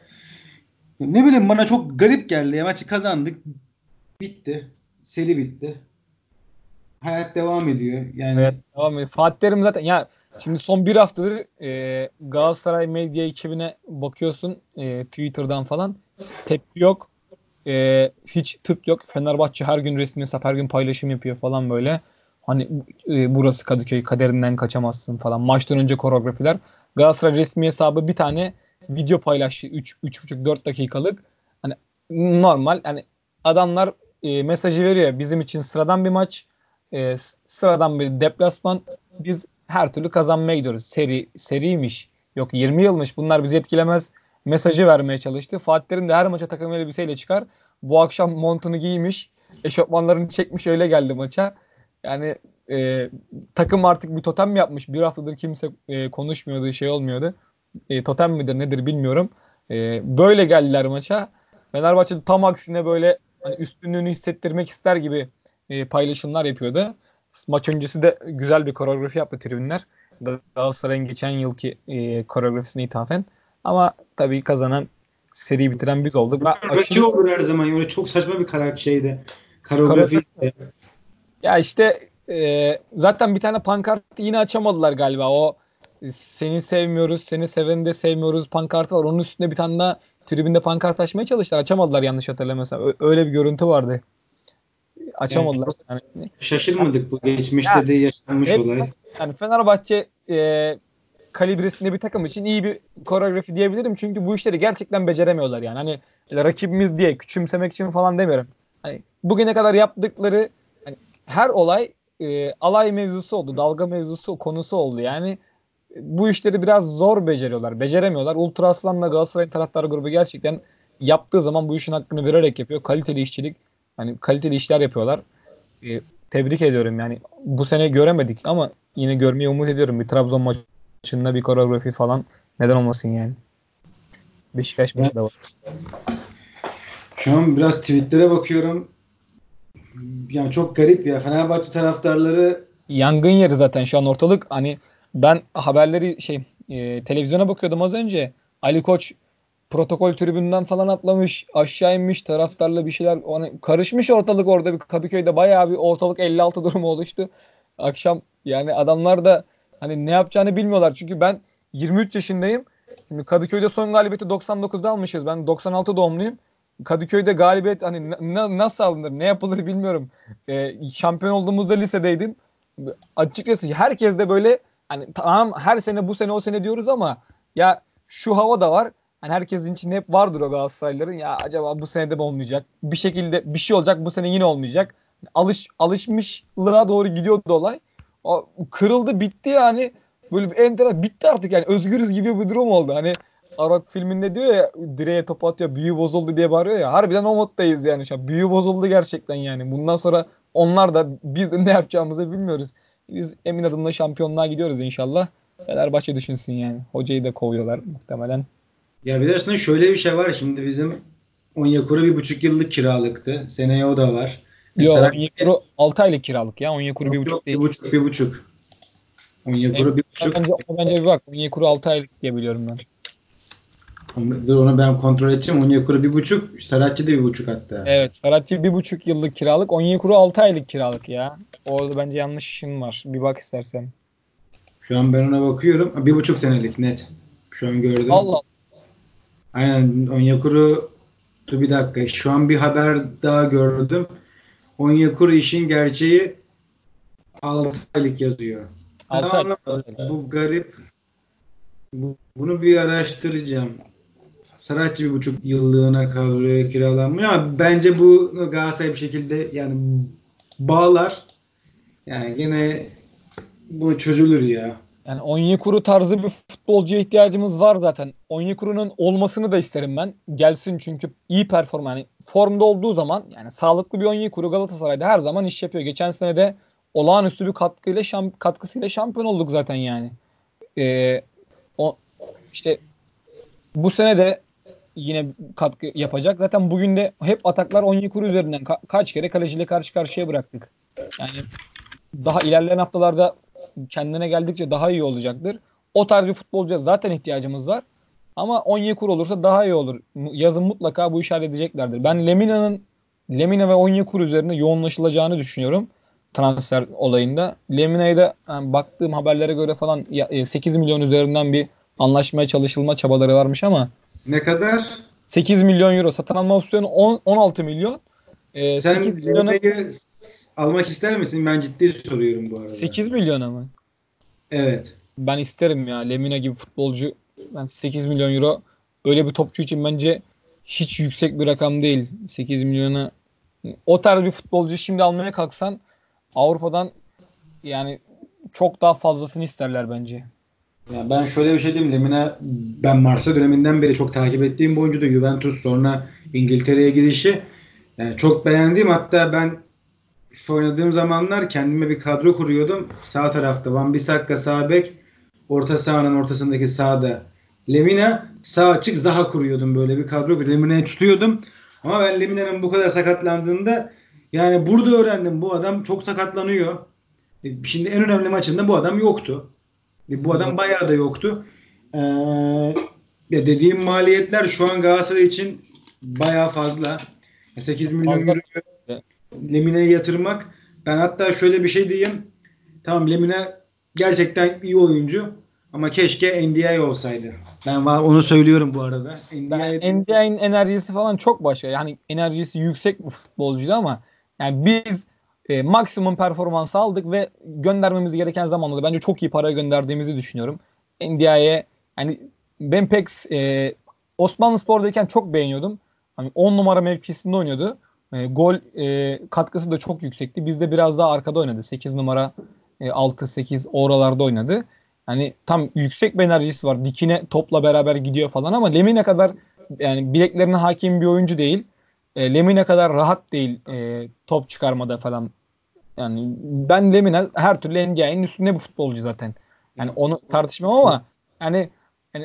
Ne bileyim bana çok garip geldi. Ya, maçı kazandık. Bitti. Seri bitti. Hayat devam ediyor. Evet, Yani tamam. Fatih Terim zaten ya, şimdi son bir haftadır Galatasaray medya ekibine bakıyorsun, Twitter'dan falan tepki yok. Hiç tık yok. Fenerbahçe her gün resmi hesap, her gün paylaşım yapıyor falan böyle. Hani burası Kadıköy, kaderinden kaçamazsın falan. Maçtan önce koreografiler. Galatasaray resmi hesabı bir tane video paylaştı. 3,5-4 dakikalık. Hani normal, hani adamlar mesajı veriyor. Bizim için sıradan bir maç. Sıradan bir deplasman. Biz her türlü kazanmaya gidiyoruz. Seriymiş. Yok 20 yılmış. Bunlar bizi etkilemez mesajı vermeye çalıştı. Fatih Terim de her maça takım elbiseyle çıkar. Bu akşam montunu giymiş, eşofmanlarını çekmiş, öyle geldi maça. Yani e, takım artık bir totem mi yapmış? Bir haftadır kimse konuşmuyordu, şey olmuyordu. Totem midir nedir bilmiyorum. Böyle geldiler maça. Fenerbahçe de tam aksine böyle hani üstünlüğünü hissettirmek ister gibi paylaşımlar yapıyordu. Maç öncesi de güzel bir koreografi yaptı tribünler. Galatasaray'ın geçen yılki koreografisine ithafen. Ama tabii kazanan, seri bitiren biz olduk. Ben rakip aşırı olur her zaman. Öyle çok saçma bir karakter şeydi. Koreografi. koreografi. Ya işte zaten bir tane pankartı yine açamadılar galiba. O seni sevmiyoruz, seni seveni de sevmiyoruz pankartı var. Onun üstünde bir tane daha tribünde pankart açmaya çalıştılar. Açamadılar yanlış hatırlamıyorsam. Öyle bir görüntü vardı. Yani Açamadılar çok bir tanesini. şaşırmadık bu. Ya Geçmişte de yaşanmış hep olay. yani Fenerbahçe kalibresinde bir takım için iyi bir koreografi diyebilirim. Çünkü bu işleri gerçekten beceremiyorlar yani. Hani rakibimiz diye küçümsemek için falan demiyorum. Hani bugüne kadar yaptıkları hani her olay alay mevzusu oldu, dalga mevzusu konusu oldu. Yani bu işleri biraz zor beceriyorlar, beceremiyorlar. Ultra Aslan'la Galatasaray taraftarı grubu gerçekten yaptığı zaman bu işin hakkını vererek yapıyor. Kaliteli işçilik, hani kaliteli işler yapıyorlar. E, Tebrik ediyorum yani. Bu sene göremedik ama yine görmeyi umut ediyorum. Bir Trabzon maçında bir koreografi falan neden olmasın yani. Beşiktaş Ben maçı da var. şu an biraz tweetlere bakıyorum. Yani çok garip ya. Fenerbahçe taraftarları Yangın yeri zaten şu an ortalık. Hani ben haberleri televizyona bakıyordum az önce. Ali Koç protokol tribünden falan atlamış, aşağı inmiş, taraftarla bir şeyler hani karışmış ortalık orada bir Kadıköy'de bayağı bir ortalık 56 durumu oluştu. Akşam yani adamlar da hani ne yapacağını bilmiyorlar. Çünkü ben 23 yaşındayım. Şimdi Kadıköy'de son galibiyeti 99'da almışız. Ben 96 doğumluyum. Kadıköy'de galibiyet hani nasıl alınır, ne yapılır bilmiyorum. Şampiyon olduğumuzda lisedeydim. Açıkçası herkes de böyle hani tamam her sene bu sene o sene diyoruz ama ya şu hava da var. Hani herkesin içinde hep vardır o Galatasaraylıların. Ya acaba bu sene de mi olmayacak? Bir şekilde bir şey olacak bu sene yine olmayacak. Alışmışlığa doğru gidiyordu olay. O kırıldı bitti yani. Böyle bir enteresan bitti artık yani özgürüz gibi bir durum oldu. Hani Arak filminde diyor ya direğe top atıyor büyü bozuldu diye bağırıyor ya. Harbiden o moddayız yani şu an. Büyü bozuldu gerçekten yani. Bundan sonra onlar da biz de ne yapacağımızı bilmiyoruz. Biz emin adımla şampiyonluğa gidiyoruz inşallah. Fenerbahçe düşünsün yani. Hocayı da kovuyorlar muhtemelen. ya bir de aslında şöyle bir şey var. Şimdi bizim Onyekuru 1,5 yıllık kiralıktı. Seneye o da var. Yo Saray Onyekuru 6 aylık kiralık ya. Onyekuru bir yok buçuk yok değil. 1,5 1,5. Emin, Onyekuru bir ona buçuk. bence, ona bence bir bak. Onyekuru 6 aylık diye biliyorum ben. Dur onu ben kontrol edeceğim. Onyekuru 1,5. Saratçı da 1,5 hatta. Evet. Saratçı 1,5 yıllık kiralık. Onyekuru 6 aylık kiralık ya. Orada bence yanlışın var. Bir bak istersen. Şu an ben ona bakıyorum. 1,5 senelik net. Şu an gördüm. Allah. Aynen Onyekuru. Dur bir dakika. Şu an bir haber daha gördüm. Onyekuru işin gerçeği 6 aylık yazıyor. 6 aylık. Tamam, 6 anlamadım. aylık. Bu garip. Bunu bir araştıracağım. Saratçı 1,5 yıllığına kadroya kiralanmıyor ama bence bu Galatasaray bir şekilde yani bağlar. Yani gene bu çözülür ya. Yani Onyekuru tarzı bir futbolcuya ihtiyacımız var zaten. Onyekuru'nun olmasını da isterim ben. Gelsin çünkü iyi perform yani formda olduğu zaman yani sağlıklı bir Onyekuru Galatasaray'da her zaman iş yapıyor. Geçen sene de olağanüstü bir katkısıyla şampiyon olduk zaten yani. Ee, o işte bu sene de yine katkı yapacak. Zaten bugün de hep ataklar Onyekuru üzerinden kaç kere kaleciyle karşı karşıya bıraktık. Yani daha ilerleyen haftalarda kendine geldikçe daha iyi olacaktır. O tarz bir futbolcuya zaten ihtiyacımız var. Ama Onyekuru olursa daha iyi olur. Yazın mutlaka bu işi halledeceklerdir. Ben Lemina ve Onyekuru üzerine yoğunlaşılacağını düşünüyorum transfer olayında. Lemina'ya da yani baktığım haberlere göre falan 8 milyon üzerinden bir anlaşmaya çalışılma çabaları varmış ama Ne kadar? 8 milyon euro satın alma opsiyonu 16 milyon. Sen 8 milyona Lemine'yi almak ister misin? Ben ciddi soruyorum bu arada. 8 milyona mı? Evet. Ben isterim ya. Lemina gibi futbolcu. Ben 8 milyon euro öyle bir topçu için bence hiç yüksek bir rakam değil. 8 milyona o tarz bir futbolcu şimdi almaya kalksan Avrupa'dan yani çok daha fazlasını isterler bence. Ya ben şöyle bir şey diyeyim. Lemine ben Marsa döneminden beri çok takip ettiğim bir oyuncuydu. Juventus sonra İngiltere'ye gidişi. Yani çok beğendiğim hatta ben FIFA oynadığım zamanlar kendime bir kadro kuruyordum. Sağ tarafta Wan-Bissaka sağ bek, orta sahanın ortasındaki sağda Lemina, sağ açık Zaha kuruyordum böyle bir kadro. Lemine'yi tutuyordum. Ama ben Lemine'nin bu kadar sakatlandığında yani burada öğrendim bu adam çok sakatlanıyor. Şimdi en önemli maçında bu adam yoktu. Bu Doğru. adam bayağı da yoktu. Ee, ya dediğim maliyetler şu an Galatasaray için bayağı fazla. 8 milyon Fazla euro Lemine'ye yatırmak. Ben hatta şöyle bir şey diyeyim. Tamam Lemine gerçekten iyi oyuncu ama keşke NDI olsaydı. Ben onu söylüyorum bu arada. ben NDI NBA'in enerjisi falan çok başka. Yani enerjisi yüksek bir futbolcuydu ama yani biz maksimum performans aldık ve göndermemiz gereken zamanda bence çok iyi para gönderdiğimizi düşünüyorum. NBA'ye yani ben pek Osmanlıspor'dayken çok beğeniyordum. Hani 10 numara mevkisinde oynuyordu. Gol katkısı da çok yüksekti. Bizde biraz daha arkada oynadı. 8 numara 6-8 oralarda oynadı. Hani tam yüksek bir enerjisi var. Dikine topla beraber gidiyor falan ama Lemine kadar yani bileklerine hakim bir oyuncu değil. Lemine kadar rahat değil top çıkarmada falan. Yani ben Lemina her türlü NDI'nin üstünde bir futbolcu zaten. Yani onu tartışmam ama yani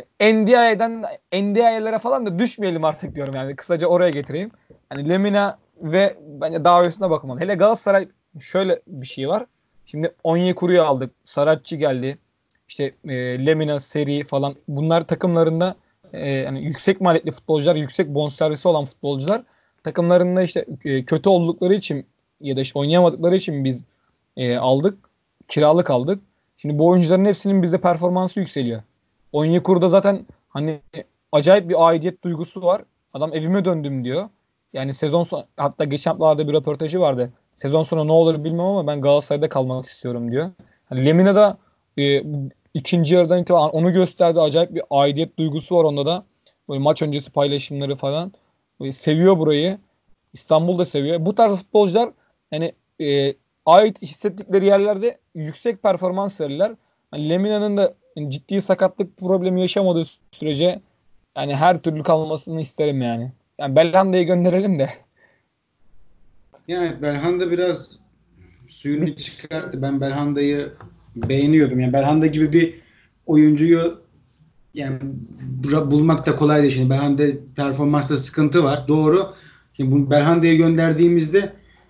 NDI'lere falan da düşmeyelim artık diyorum yani. Kısaca oraya getireyim. Hani Lemina ve bence daha ötesine bakılmalı. Hele Galatasaray şöyle bir şey var. Şimdi Onyekuru'yu aldık. Saratçı geldi. İşte Lemina, Seri falan. Bunlar takımlarında yani yüksek maliyetli futbolcular, yüksek bonservisi olan futbolcular takımlarında işte kötü oldukları için ya da işte oynayamadıkları için biz aldık. Kiralık aldık. Şimdi bu oyuncuların hepsinin bizde performansı yükseliyor. Onyekuru'da zaten hani acayip bir aidiyet duygusu var. Adam evime döndüm diyor. Yani sezon sonu hatta geçen haftalarda bir röportajı vardı. Sezon sonu ne olur bilmem ama ben Galatasaray'da kalmak istiyorum diyor. Hani Lemina da e, ikinci yarıdan itibaren onu gösterdi. Acayip bir aidiyet duygusu var onda da. Böyle maç öncesi paylaşımları falan. Böyle seviyor burayı. İstanbul da seviyor. Bu tarz futbolcular yani ait hissettikleri yerlerde yüksek performans verirler. Hani Lemina'nın da yani ciddi sakatlık problemi yaşamadığı sürece yani her türlü kalmasını isterim yani. Yani Belhanda'yı gönderelim de. Yani Belhanda biraz suyunu çıkarttı. Ben Belhanda'yı beğeniyordum. Yani Belhanda gibi bir oyuncuyu yani bulmak da kolay değil. Şimdi Belhanda performansta sıkıntı var. Doğru. Şimdi bu Belhanda'yı gönderdiğimizde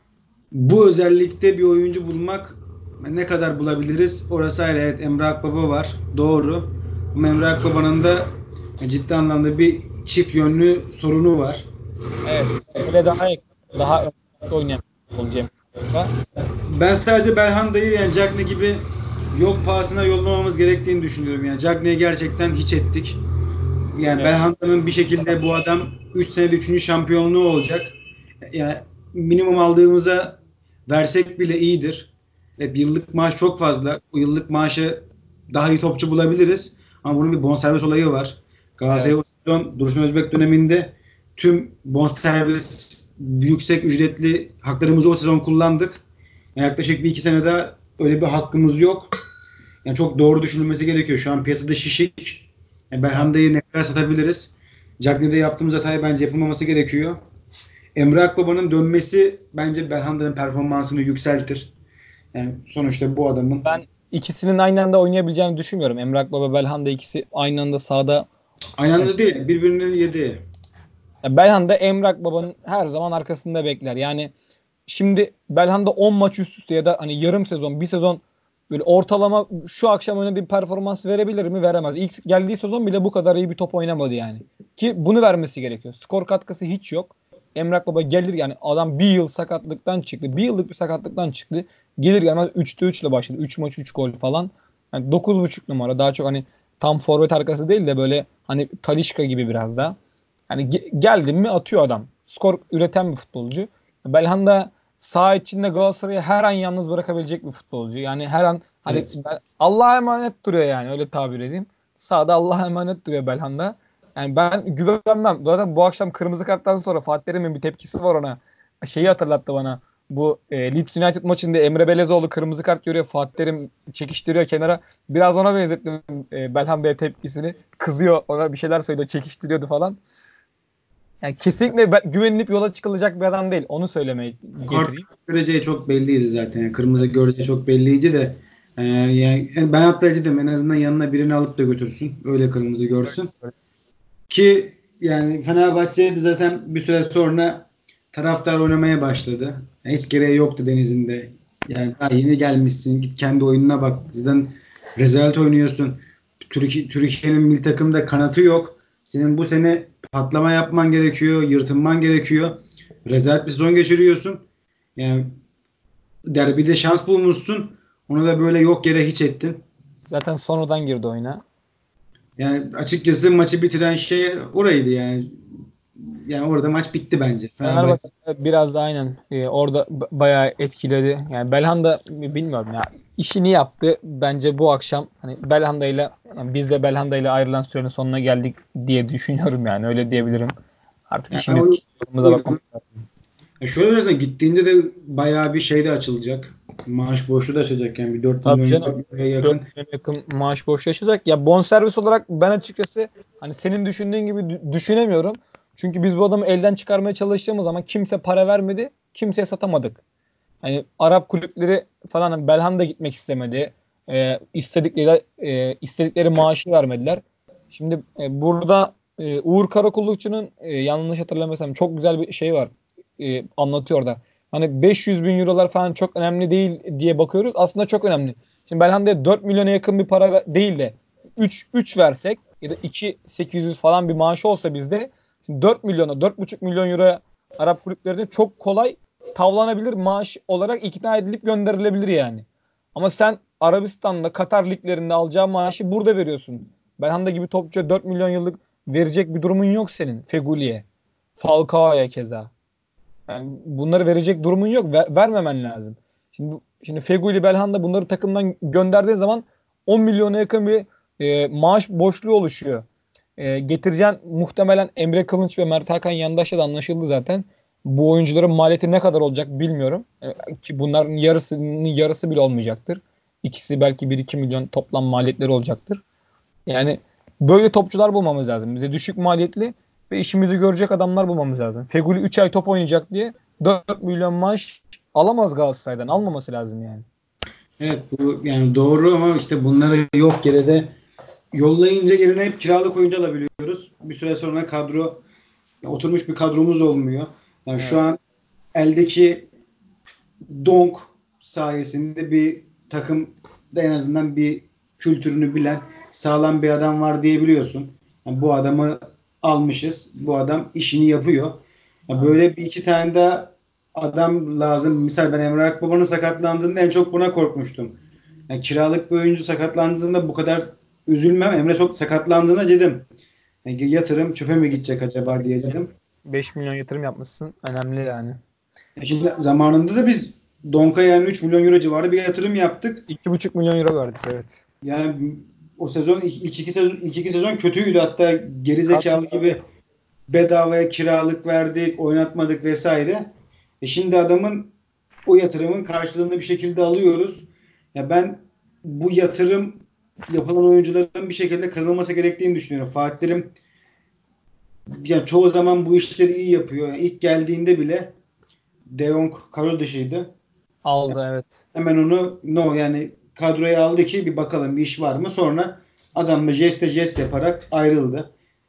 bu özellikte bir oyuncu bulmak ne kadar bulabiliriz? Orası ayrı. Evet, Emre Akbaba var. Doğru. Ama Emre Akbaba'nın da ciddi anlamda bir çift yönlü sorunu var. Evet. Öyle daha yakın, daha önde oynayan bir futbolcu Emre Akbaba. Ben sadece Belhanda'yı yani Cagney gibi yok pahasına yollamamız gerektiğini düşünüyorum. Yani Cagney'i gerçekten hiç ettik. Yani Evet. Belhanda'nın bir şekilde bu adam 3 senede 3. şampiyonluğu olacak. Yani minimum aldığımıza versek bile iyidir. Evet, yıllık maaş çok fazla. Bu yıllık maaşı daha iyi topçu bulabiliriz. Ama bunun bir bonservis olayı var. Galatasaray o Evet. sezon Dursun Özbek döneminde tüm bonservis yüksek ücretli haklarımızı o sezon kullandık. Yani yaklaşık bir iki sene daha öyle bir hakkımız yok. Yani çok doğru düşünülmesi gerekiyor. Şu an piyasada şişik. Yani Evet. Belhanda'yı ne kadar satabiliriz? Cagney'de yaptığımız hatayı bence yapılmaması gerekiyor. Emre Akbaba'nın dönmesi bence Belhanda'nın performansını yükseltir. Yani sonuçta bu adamın Ben ikisinin aynı anda oynayabileceğini düşünmüyorum. Emre Akbaba, Belhanda ikisi aynı anda sahada. aynı Yani anda değil, birbirinin yedi. ya Belhanda Emrak Baba'nın her zaman arkasında bekler. Yani şimdi Belhanda 10 maç üst üste ya da hani yarım sezon, bir sezon böyle ortalama şu akşam oynadığı bir performans verebilir mi? Veremez. İlk geldiği sezon bile bu kadar iyi bir top oynamadı yani. Ki bunu vermesi gerekiyor. Skor katkısı hiç yok. Emrak Baba gelir yani adam bir yıl sakatlıktan çıktı. Bir yıllık bir sakatlıktan çıktı. Gelir gelmez 3'te 3 ile başladı. 3 maç 3 gol falan. Yani 9,5 numara daha çok hani tam forvet arkası değil de böyle hani Talisca gibi biraz daha. Hani geldi mi atıyor adam. Skor üreten bir futbolcu. Belhanda saha içinde Galatasaray'ı her an yalnız bırakabilecek bir futbolcu. Yani her an hani Evet. Allah'a emanet duruyor yani öyle tabir edeyim. Sahada Allah'a emanet duruyor Belhanda. Yani ben güvenmem. Zaten bu akşam kırmızı karttan sonra Fatih Terim'in bir tepkisi var ona. Şeyi hatırlattı bana. Bu Leeds United maçında Emre Belezoğlu kırmızı kart görüyor. Fatih Terim çekiştiriyor kenara. Biraz ona benzettim Belhanda'ya tepkisini. Kızıyor ona bir şeyler söylüyor. Çekiştiriyordu falan. Yani kesinlikle güvenilip yola çıkılacak bir adam değil. Onu söylemeye Kart getireyim. göreceği çok belliydi zaten. Yani kırmızı göreceği çok belliydi de yani ben hatta dedim en azından yanına birini alıp da götürsün. Öyle kırmızı görsün. Ki yani Fenerbahçe'de zaten bir süre sonra taraftar oynamaya başladı. Yani hiç gereği yoktu Deniz'in de. Yani daha yeni gelmişsin. Git kendi oyununa bak. Zaten rezalet oynuyorsun. Türkiye'nin milli takımda kanatı yok. Senin bu sene patlama yapman gerekiyor. Yırtınman gerekiyor. Rezalet bir sezon geçiriyorsun. Yani derbide şans bulmuşsun. Onu da böyle yok yere hiç ettin. Zaten sonradan girdi oyuna. Yani açıkçası maçı bitiren şey oraydı yani. Yani orada maç bitti bence. Fenerbahçe. Fenerbahçe biraz da aynen orada bayağı etkiledi. Yani Belhanda bilmiyorum ya işini yaptı. Bence bu akşam hani Belhanda ile yani biz de Belhanda ile ayrılan sürenin sonuna geldik diye düşünüyorum yani öyle diyebilirim. Artık Yani işimiz yolumuza bakmamız lazım. Şöyle dersen gittiğinde de bayağı bir şey de açılacak. Maaş boşluğu da açılacak yani bir 4 Tabii milyon canım. euroya 4 yakın. milyon yakın maaş boşlaşacak. Ya bonservis olarak ben açıkçası hani senin düşündüğün gibi düşünemiyorum. Çünkü biz bu adamı elden çıkarmaya çalıştığımız zaman kimse para vermedi, kimseye satamadık. Hani Arap kulüpleri falan hani Belhanda gitmek istemedi. İstedikleri maaşı vermediler. Şimdi burada Uğur Karakullukçu'nun yanlış hatırlamıyorsam çok güzel bir şey var. Anlatıyor da. Hani 500 bin eurolar falan çok önemli değil diye bakıyoruz. Aslında çok önemli. Şimdi Belhanda'ya 4 milyona yakın bir para değil de 3 versek ya da 2.800 falan bir maaşı olsa bizde, şimdi 4 milyona 4,5 milyon euroya Arap kulüplerinde çok kolay tavlanabilir, maaş olarak ikna edilip gönderilebilir yani. Ama sen Arabistan'da Katar liglerinde alacağın maaşı burada veriyorsun. Belhanda gibi topçuya 4 milyon yıllık verecek bir durumun yok senin. Feguli'ye. Falcao'ya keza. Yani bunları verecek durumun yok. Vermemen lazım. Şimdi Feguli, Belhanda bunları takımdan gönderdiğin zaman 10 milyona yakın bir maaş boşluğu oluşuyor. Getireceğin muhtemelen Emre Kılınç ve Mert Hakan Yandaş'la da anlaşıldı zaten. Bu oyuncuların maliyeti ne kadar olacak bilmiyorum. Ki bunların yarısı bile olmayacaktır. İkisi belki 1-2 milyon toplam maliyetleri olacaktır. Yani böyle topçular bulmamız lazım. Bize düşük maliyetli ve işimizi görecek adamlar bulmamız lazım. Feguli 3 ay top oynayacak diye 4 milyon maaş alamaz Galatasaray'dan. Almaması lazım yani. Evet bu yani doğru ama işte bunları yok yere de yollayınca yerine hep kiralık oyuncu alabiliyoruz. Bir süre sonra kadro oturmuş bir kadromuz olmuyor. Yani şu Evet. an eldeki Donk sayesinde bir takımda en azından bir kültürünü bilen sağlam bir adam var diyebiliyorsun. Yani bu adamı almışız. Bu adam işini yapıyor. Yani Aynen. böyle bir iki tane de adam lazım. Misal ben Emre Akbaba'nın sakatlandığında en çok buna korkmuştum. Yani kiralık bir oyuncu sakatlandığında bu kadar üzülmem. Emre çok sakatlandığında dedim. Yani yatırım çöpe mi gidecek acaba diye dedim. 5 milyon yatırım yapmışsın. Önemli yani. Şimdi zamanında da biz Donk'a yani 3 milyon euro civarı bir yatırım yaptık. 2,5 milyon euro verdik, evet. Yani o sezon ilk iki sezon kötüydü. Hatta geri zekalı gibi bedavaya kiralık verdik, oynatmadık vesaire. Şimdi adamın o yatırımın karşılığını bir şekilde alıyoruz. Ya ben bu yatırım yapılan oyuncuların bir şekilde kazanılması gerektiğini düşünüyorum. Fatih Terim yani çoğu zaman bu işleri iyi yapıyor. Yani ilk geldiğinde bile De Jong kadro dışıydı. Aldı, evet. Hemen onu yani kadroya aldı ki bir bakalım bir iş var mı. Sonra adam da jest yaparak ayrıldı.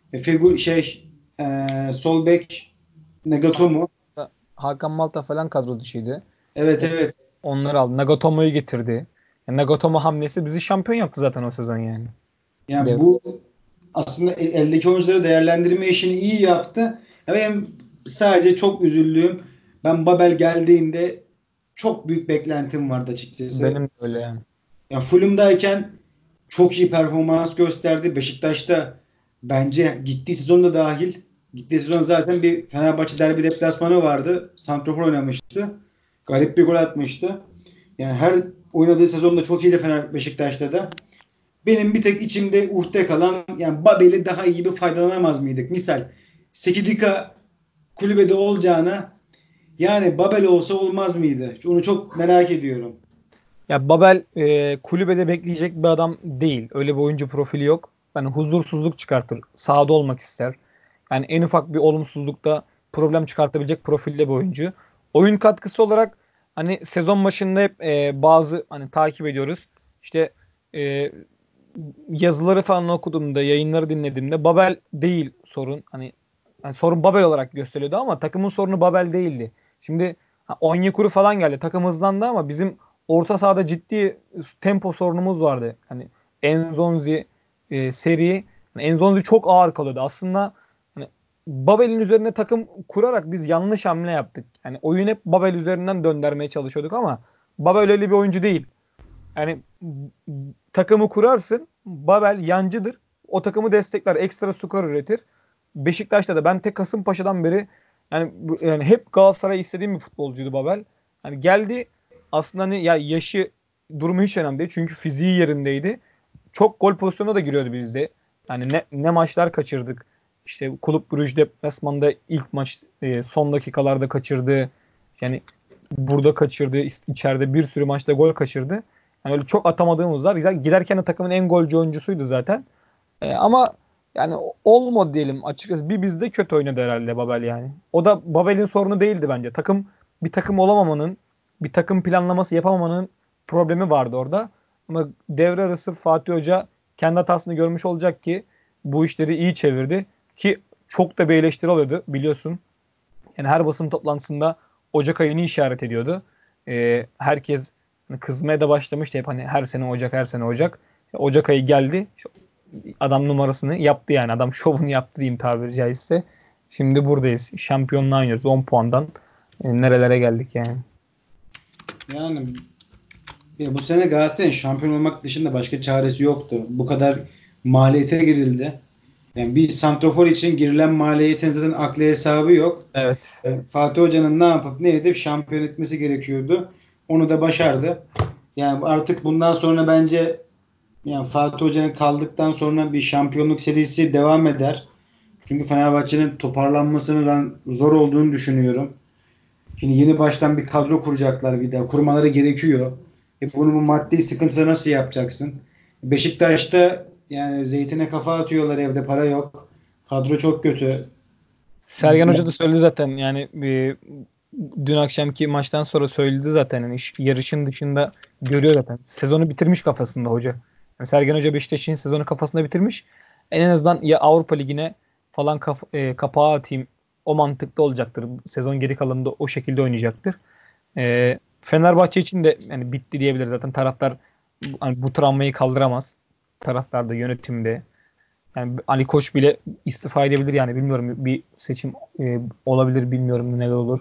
Sol bek Hakan Nagatomo. Malta, Hakan Malta falan kadro dışıydı. Evet O- evet. Onları aldı. Nagatomo'yu getirdi. Yani Nagatomo hamlesi bizi şampiyon yaptı zaten o sezon yani. Yani Dev. bu aslında eldeki oyuncuları değerlendirme işini iyi yaptı. Ya benim sadece çok üzüldüğüm ben Babel geldiğinde çok büyük beklentim vardı açıkçası. Benim de öyle yani. Ya Fulham'dayken çok iyi performans gösterdi. Beşiktaş'ta bence gittiği sezon da dahil. Gittiği sezon zaten bir Fenerbahçe derbi deplasmanı vardı. Santrofor oynamıştı. Garip bir gol atmıştı. Yani her oynadığı sezonda çok iyiydi Beşiktaş'ta da. Benim bir tek içimde uhde kalan yani Babel'i daha iyi bir faydalanamaz mıydık? Misal Sekidika kulübede olacağına yani Babel olsa olmaz mıydı? Onu çok merak ediyorum. Ya Babel kulübede bekleyecek bir adam değil. Öyle bir oyuncu profili yok. Yani huzursuzluk çıkartır. Sahada olmak ister. Yani en ufak bir olumsuzlukta problem çıkartabilecek profilde bir oyuncu. Oyun katkısı olarak hani sezon başında hep bazı hani takip ediyoruz. İşte e, yazıları falan okuduğumda, yayınları dinlediğimde Babel değil sorun. Hani sorun Babel olarak gösteriyordu ama takımın sorunu Babel değildi. Şimdi Onyekuru falan geldi. Takım hızlandı ama bizim orta sahada ciddi tempo sorunumuz vardı. Hani Enzonzi seri, hani Enzonzi çok ağır kalıyordu. Aslında hani Babel'in üzerine takım kurarak biz yanlış hamle yaptık. Yani oyun hep Babel üzerinden döndürmeye çalışıyorduk ama Babel öyle bir oyuncu değil. Yani takımı kurarsın. Babel yancıdır. O takımı destekler. Ekstra skor üretir. Beşiktaş'ta da ben tek Kasımpaşa'dan beri yani hep Galatasaray'ı istediğim bir futbolcuydu Babel. Hani geldi, aslında hani ya yaşı, durumu hiç önemli değil. Çünkü fiziği yerindeydi. Çok gol pozisyonuna da giriyordu bizde. Yani ne maçlar kaçırdık. İşte Kulüp Brugge deplasmanda ilk maç son dakikalarda kaçırdı. Yani burada kaçırdı. İçeride bir sürü maçta gol kaçırdı. Yani öyle çok atamadığımız var. Giderken de takımın en golcü oyuncusuydu zaten. Ama yani olmadı diyelim açıkçası. Bir bizde kötü oynadı herhalde Babel yani. O da Babel'in sorunu değildi bence. Bir takım olamamanın, bir takım planlaması yapamamanın problemi vardı orada. Ama devre arası Fatih Hoca kendi hatasını görmüş olacak ki bu işleri iyi çevirdi. Ki çok da bir eleştiri alıyordu biliyorsun. Yani her basın toplantısında Ocak ayını işaret ediyordu. Herkes hani kızmaya da başlamıştı hep hani her sene Ocak her sene Ocak. Ocak ayı geldi. Adam numarasını yaptı yani. Adam şovunu yaptı diyeyim tabiri caizse. Şimdi buradayız. Şampiyonluğa oynuyoruz 10 puandan. Nerelere geldik yani. Yani bu sene Galatasaray'ın şampiyon olmak dışında başka çaresi yoktu. Bu kadar maliyete girildi. Yani bir santrofor için girilen maliyetin zaten akli hesabı yok. Evet. Fatih Hoca'nın ne yapıp ne edip şampiyon etmesi gerekiyordu. Onu da başardı. Yani artık bundan sonra bence yani Fatih Hoca'nın kaldıktan sonra bir şampiyonluk serisi devam eder. Çünkü Fenerbahçe'nin toparlanmasının ben zor olduğunu düşünüyorum. Şimdi yeni baştan bir kadro kuracaklar bir daha. Kurmaları gerekiyor. Bunu bu maddi sıkıntıda nasıl yapacaksın? Beşiktaş'ta yani zeytine kafa atıyorlar evde para yok. Kadro çok kötü. Sergen Hoca da söyledi zaten yani dün akşamki maçtan sonra söyledi zaten yani yarışın dışında görüyor zaten. Sezonu bitirmiş kafasında hoca. Yani Sergen Hoca Beşiktaş'ın sezonu kafasında bitirmiş. En azından ya Avrupa Ligi'ne falan kapağı atayım o mantıkta olacaktır. Sezon geri kalanında o şekilde oynayacaktır. Fenerbahçe için de yani bitti diyebilir zaten taraftar hani bu travmayı kaldıramaz. Taraftar da yönetimde. Yani Ali Koç bile istifa edebilir yani bilmiyorum bir seçim olabilir bilmiyorum neler olur.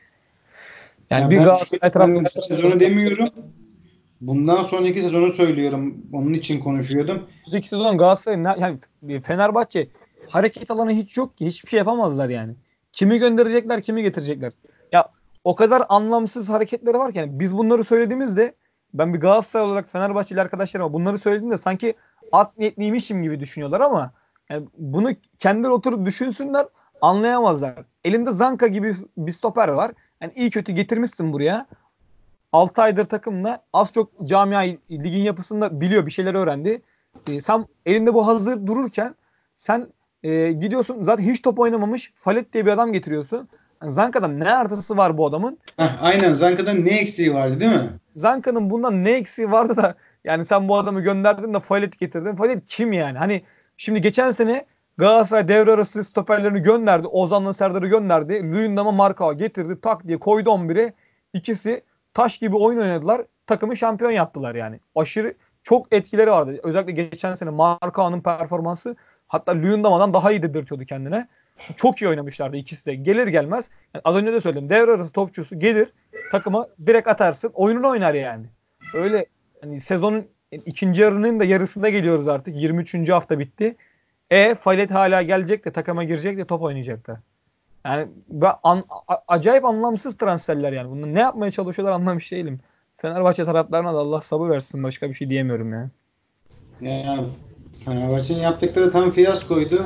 Yani Yani bir ben Galatasaray taraftarı şu sezonu demiyorum. Bundan sonraki sezonu söylüyorum. Onun için konuşuyordum. önümüzdeki sezon Galatasaray yani Fenerbahçe hareket alanı hiç yok ki hiçbir şey yapamazlar yani. Kimi gönderecekler kimi getirecekler. Ya o kadar anlamsız hareketleri var ki yani biz bunları söylediğimizde ben bir Galatasaray olarak Fenerbahçeli arkadaşlarıma bunları söylediğimde sanki art niyetliymişim gibi düşünüyorlar ama yani bunu kendileri oturup düşünsünler anlayamazlar. Elinde Zanka gibi bir stoper var. Yani iyi kötü getirmişsin buraya. 6 aydır takımla az çok camia ligin yapısında biliyor bir şeyler öğrendi. Sen elinde bu hazır dururken sen gidiyorsun zaten hiç top oynamamış Falet diye bir adam getiriyorsun. Yani Zanka'dan ne artısı var bu adamın? Heh, aynen Zanka'da ne eksiği vardı değil mi? Zanka'nın bundan ne eksiği vardı da yani sen bu adamı gönderdin de Falet getirdin. Falet kim yani? Hani şimdi geçen sene Galatasaray devre arası stoperlerini gönderdi. Ozan'la Serdar'ı gönderdi. Luyendam'a Markao getirdi. Tak diye koydu 11'e. İkisi taş gibi oyun oynadılar. Takımı şampiyon yaptılar yani. Aşırı çok etkileri vardı. Özellikle geçen sene Markao'nun performansı hatta Luyendam'dan daha iyi dedirtiyordu kendine. Çok iyi oynamışlardı ikisi de. Gelir gelmez. Yani az önce de söyledim. Devre arası topçusu gelir takıma direkt atarsın. Oyununu oynar yani. Öyle hani sezonun ikinci yarının da yarısında geliyoruz artık. 23. hafta bitti. Faylet hala gelecek de takıma girecek de top oynayacak da. Yani acayip anlamsız transferler yani. Bunu ne yapmaya çalışıyorlar anlamış değilim. Fenerbahçe taraftarına da Allah sabır versin. Başka bir şey diyemiyorum ya. Yani Fenerbahçe'nin yaptıkları tam fiyaskoydu.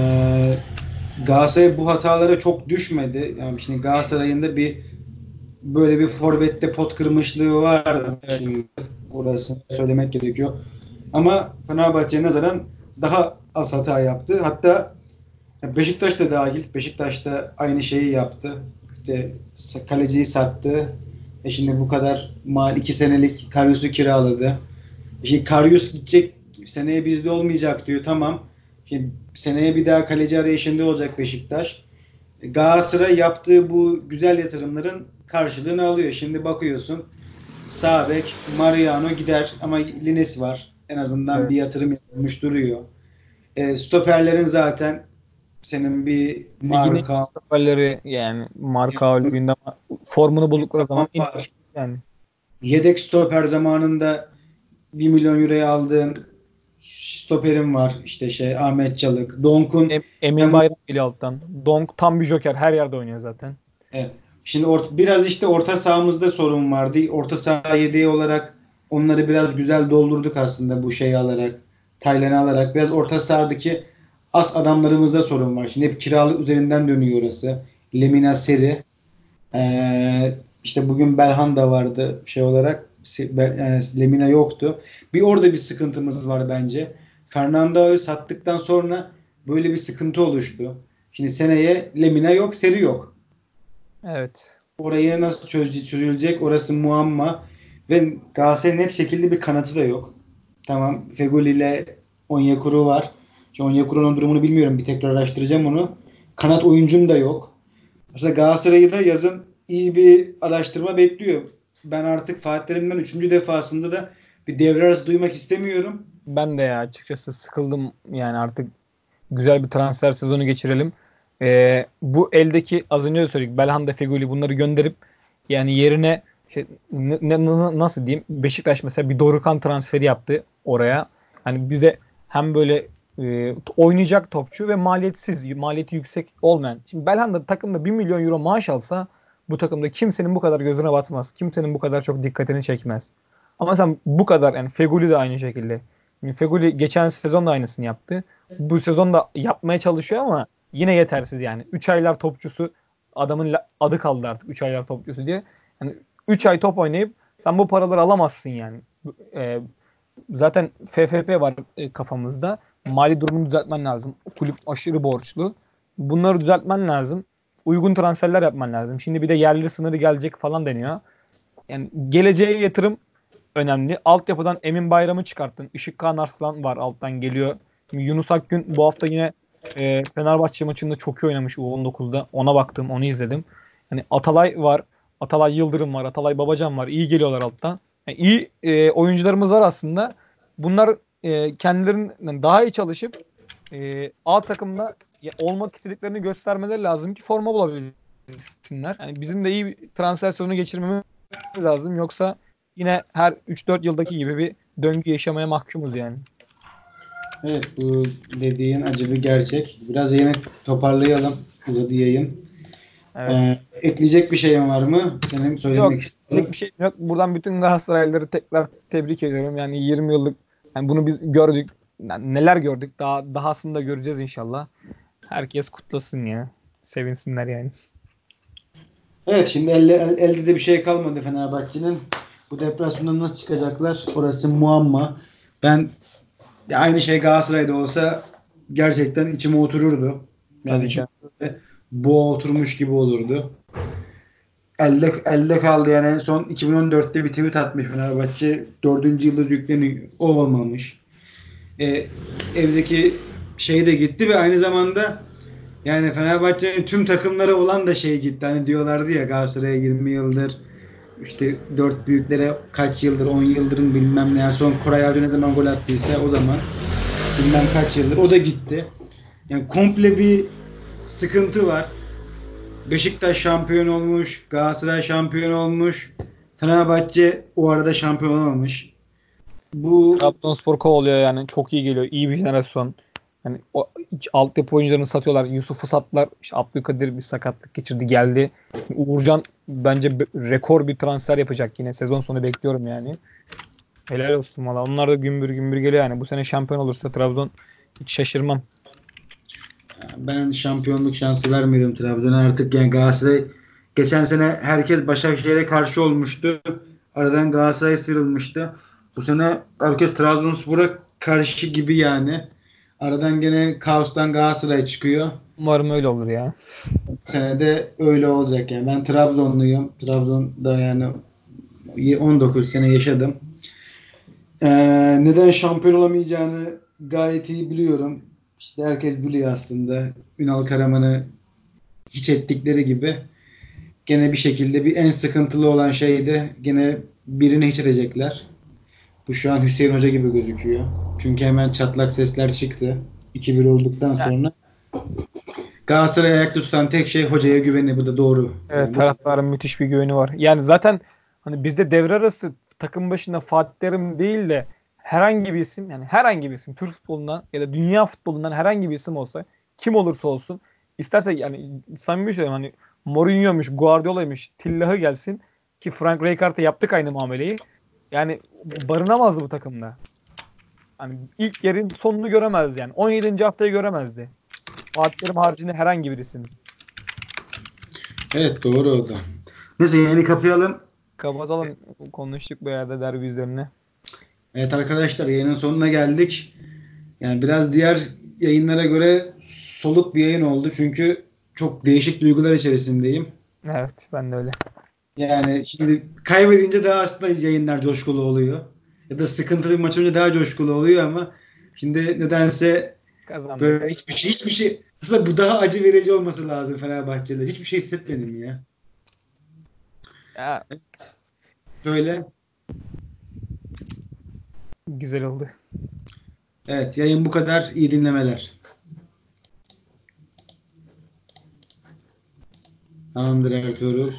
Galatasaray bu hatalara çok düşmedi. Yani şimdi Galatasaray'ın da böyle bir forvette pot kırmışlığı vardı. Evet. Şimdi orasını söylemek gerekiyor. Ama Fenerbahçe'ye nazaran daha az hata yaptı. Hatta Beşiktaş da dahil. Beşiktaş da aynı şeyi yaptı. İşte kaleciyi sattı. Şimdi bu kadar mal 2 senelik Karius'u kiraladı. Şimdi Karius gidecek seneye bizde olmayacak diyor. Tamam. Şimdi seneye bir daha kaleci arayışında olacak Beşiktaş. Galatasaray yaptığı bu güzel yatırımların karşılığını alıyor. Şimdi bakıyorsun sağ bek Mariano gider ama Lines var. En azından bir Evet. yatırım yapılmış duruyor. Stoperlerin zaten senin bir Ligin en iyi marka stoperleri yani Marka gündem formunu buldukları zaman en var. iyisi yani. Yedek stoper zamanında 1 milyon euroya aldığın stoperin var. İşte Ahmet Çalık. Donk'un Emin hem Bayram geliyor alttan. Donk tam bir joker. Her yerde oynuyor zaten. evet. Şimdi biraz işte orta sahamızda sorun vardı. Orta saha yedeği olarak onları biraz güzel doldurduk aslında bu şeyi alarak. Taylan'ı alarak. Biraz orta sahadaki as adamlarımızda sorun var. Şimdi hep kiralık üzerinden dönüyor orası. Lemina Seri. İşte bugün Belhanda vardı şey olarak. Lemina yoktu. Bir orada bir sıkıntımız var bence. Fernando'yu sattıktan sonra böyle bir sıkıntı oluştu. Şimdi seneye Lemina yok, Seri yok. Evet. Orayı nasıl çözülecek orası muamma. Ve Galatasaray'ın net şekilde bir kanatı da yok. Tamam, Feguli ile Onyekuru var. Şu Onyekuru'nun durumunu bilmiyorum. Bir tekrar araştıracağım onu. Kanat oyuncum da yok. Aslında Galatasaray'ı da yazın iyi bir araştırma bekliyor. Ben artık Fatih Terim'den 3. defasında da bir devre arası duymak istemiyorum. Ben de ya açıkçası sıkıldım yani artık güzel bir transfer sezonu geçirelim. Bu eldeki az önce de söyledik Belhanda, Feguli bunları gönderip yani yerine şey, nasıl diyeyim Beşiktaş mesela bir Dorukhan transferi yaptı oraya. Hani bize hem böyle oynayacak topçu ve maliyeti yüksek olmayan. Şimdi Belhanda takımda 1 milyon euro maaş alsa bu takımda kimsenin bu kadar gözüne batmaz. Kimsenin bu kadar çok dikkatini çekmez. Ama sen bu kadar yani Feguli de aynı şekilde. Yani Feguli geçen sezon da aynısını yaptı. Bu sezon da yapmaya çalışıyor ama yine yetersiz yani. 3 aylar topçusu adamın adı kaldı artık 3 aylar topçusu diye. Yani 3 ay top oynayıp sen bu paraları alamazsın yani. E, Zaten FFP var kafamızda. Mali durumunu düzeltmen lazım. Kulüp aşırı borçlu. Bunları düzeltmen lazım. Uygun transferler yapman lazım. Şimdi bir de yerli sınırı gelecek falan deniyor. Yani geleceğe yatırım önemli. Altyapıdan Emin Bayram'ı çıkarttın. Işık Kağan Arslan var alttan geliyor. Şimdi Yunus Akgün bu hafta yine Fenerbahçe maçında çok iyi oynamış U19'da. Ona baktım, onu izledim. Yani Atalay var. Atalay Yıldırım var. Atalay Babacan var. İyi geliyorlar alttan. Yani iyi oyuncularımız var aslında. Bunlar kendilerinden daha iyi çalışıp A takımda olmak istediklerini göstermeleri lazım ki forma bulabilsinler. Yani bizim de iyi bir transfer sezonu geçirmemiz lazım. Yoksa yine her 3-4 yıldaki gibi bir döngü yaşamaya mahkumuz yani. Evet, bu dediğin acı bir gerçek. Biraz yine toparlayalım. Uzadı yayın. Evet. Ekleyecek bir şeyin var mı? Senin Yok, söylemek diyecek istediğin. bir şey yok. Buradan bütün Galatasaraylıları tekrar tebrik ediyorum. Yani 20 yıllık yani bunu biz gördük. Yani neler gördük. Dahasını da göreceğiz inşallah. Herkes kutlasın ya. Sevinsinler yani. Evet, şimdi elde de bir şey kalmadı Fenerbahçe'nin. Bu depresyondan nasıl çıkacaklar? Orası muamma. Ben aynı şey Galatasaray'da olsa gerçekten içime otururdu. Yani Tabii içime canım. böyle boğa oturmuş gibi olurdu. Elde kaldı yani en son 2014'te bir tweet atmış Fenerbahçe. Dördüncü yıldız yükleniyor. O olmamış. E, Evdeki şey de gitti ve aynı zamanda yani Fenerbahçe'nin tüm takımlara olan da şey gitti. Hani diyorlardı ya Galatasaray'a 20 yıldır işte dört büyüklere kaç yıldır 10 yıldır mı bilmem ne. En son Koray Avcı ne zaman gol attıysa o zaman bilmem kaç yıldır o da gitti. Yani komple bir sıkıntı var. Beşiktaş şampiyon olmuş, Galatasaray şampiyon olmuş. Fenerbahçe o arada şampiyon olamamış. Bu Trabzonspor kovalıyor yani. Çok iyi geliyor. İyi bir jenerasyon. Yani o altyapı oyuncularını satıyorlar. Yusuf'u sattılar. İşte Abdülkadir bir sakatlık geçirdi geldi. Uğurcan bence rekor bir transfer yapacak yine. Sezon sonu bekliyorum yani. Helal olsun valla. Onlar da gümbür gümbür geliyor yani. Bu sene şampiyon olursa Trabzon hiç şaşırmam. ben şampiyonluk şansı vermiyorum Trabzon'a artık yani Galatasaray geçen sene herkes Başakşehir'e karşı olmuştu. Aradan Galatasaray sıyrılmıştı. Bu sene herkes Trabzonspor'a karşı gibi yani. Aradan gene kaostan Galatasaray çıkıyor. Umarım öyle olur ya. Bu sene de öyle olacak yani. Ben Trabzonluyum. Trabzon'da yani 19 sene yaşadım. Neden şampiyon olamayacağını gayet iyi biliyorum. İşte herkes biliyor aslında. Ünal Karaman'ı hiç ettikleri gibi gene bir şekilde bir en sıkıntılı olan şey de gene birini hiç edecekler. Bu şu an Hüseyin Hoca gibi gözüküyor. Çünkü hemen çatlak sesler çıktı. 2-1 olduktan Yani, sonra Galatasaray'ı ayakta tutan tek şey hocaya güveni. Bu da doğru. evet, Yani bu taraftarın müthiş bir güveni var. Yani zaten hani bizde devre arası takım başında Fatih Terim değil de herhangi bir isim yani herhangi bir isim Türk futbolundan ya da dünya futbolundan herhangi bir isim olsa kim olursa olsun isterse yani samimi söylüyorum hani Mourinho'muş, Guardiola'ymış, Tillah'ı gelsin ki Frank Rijkaard'a yaptık aynı muameleyi. Yani barınamazdı bu takımda. Hani ilk yerin sonunu göremez yani. 17. haftayı göremezdi. Fatih Terim haricinde herhangi birisinin. Evet, doğru o da. Neyse, yeni kapayalım. Kapatalım. Konuştuk bayağı da derbi üzerine. Evet arkadaşlar, yayının sonuna geldik. Yani biraz diğer yayınlara göre soluk bir yayın oldu. Çünkü çok değişik duygular içerisindeyim. Evet, ben de öyle. Yani şimdi kaybedince daha aslında yayınlar coşkulu oluyor. Ya da sıkıntılı bir maç olunca daha coşkulu oluyor ama şimdi nedense Kazandık. böyle hiçbir şey aslında bu daha acı verici olması lazım Fenerbahçe'de. Hiçbir şey hissetmedim ya. Ya, Böyle. güzel oldu. Evet, yayın bu kadar. İyi dinlemeler. Tamamdır Ertuğrul.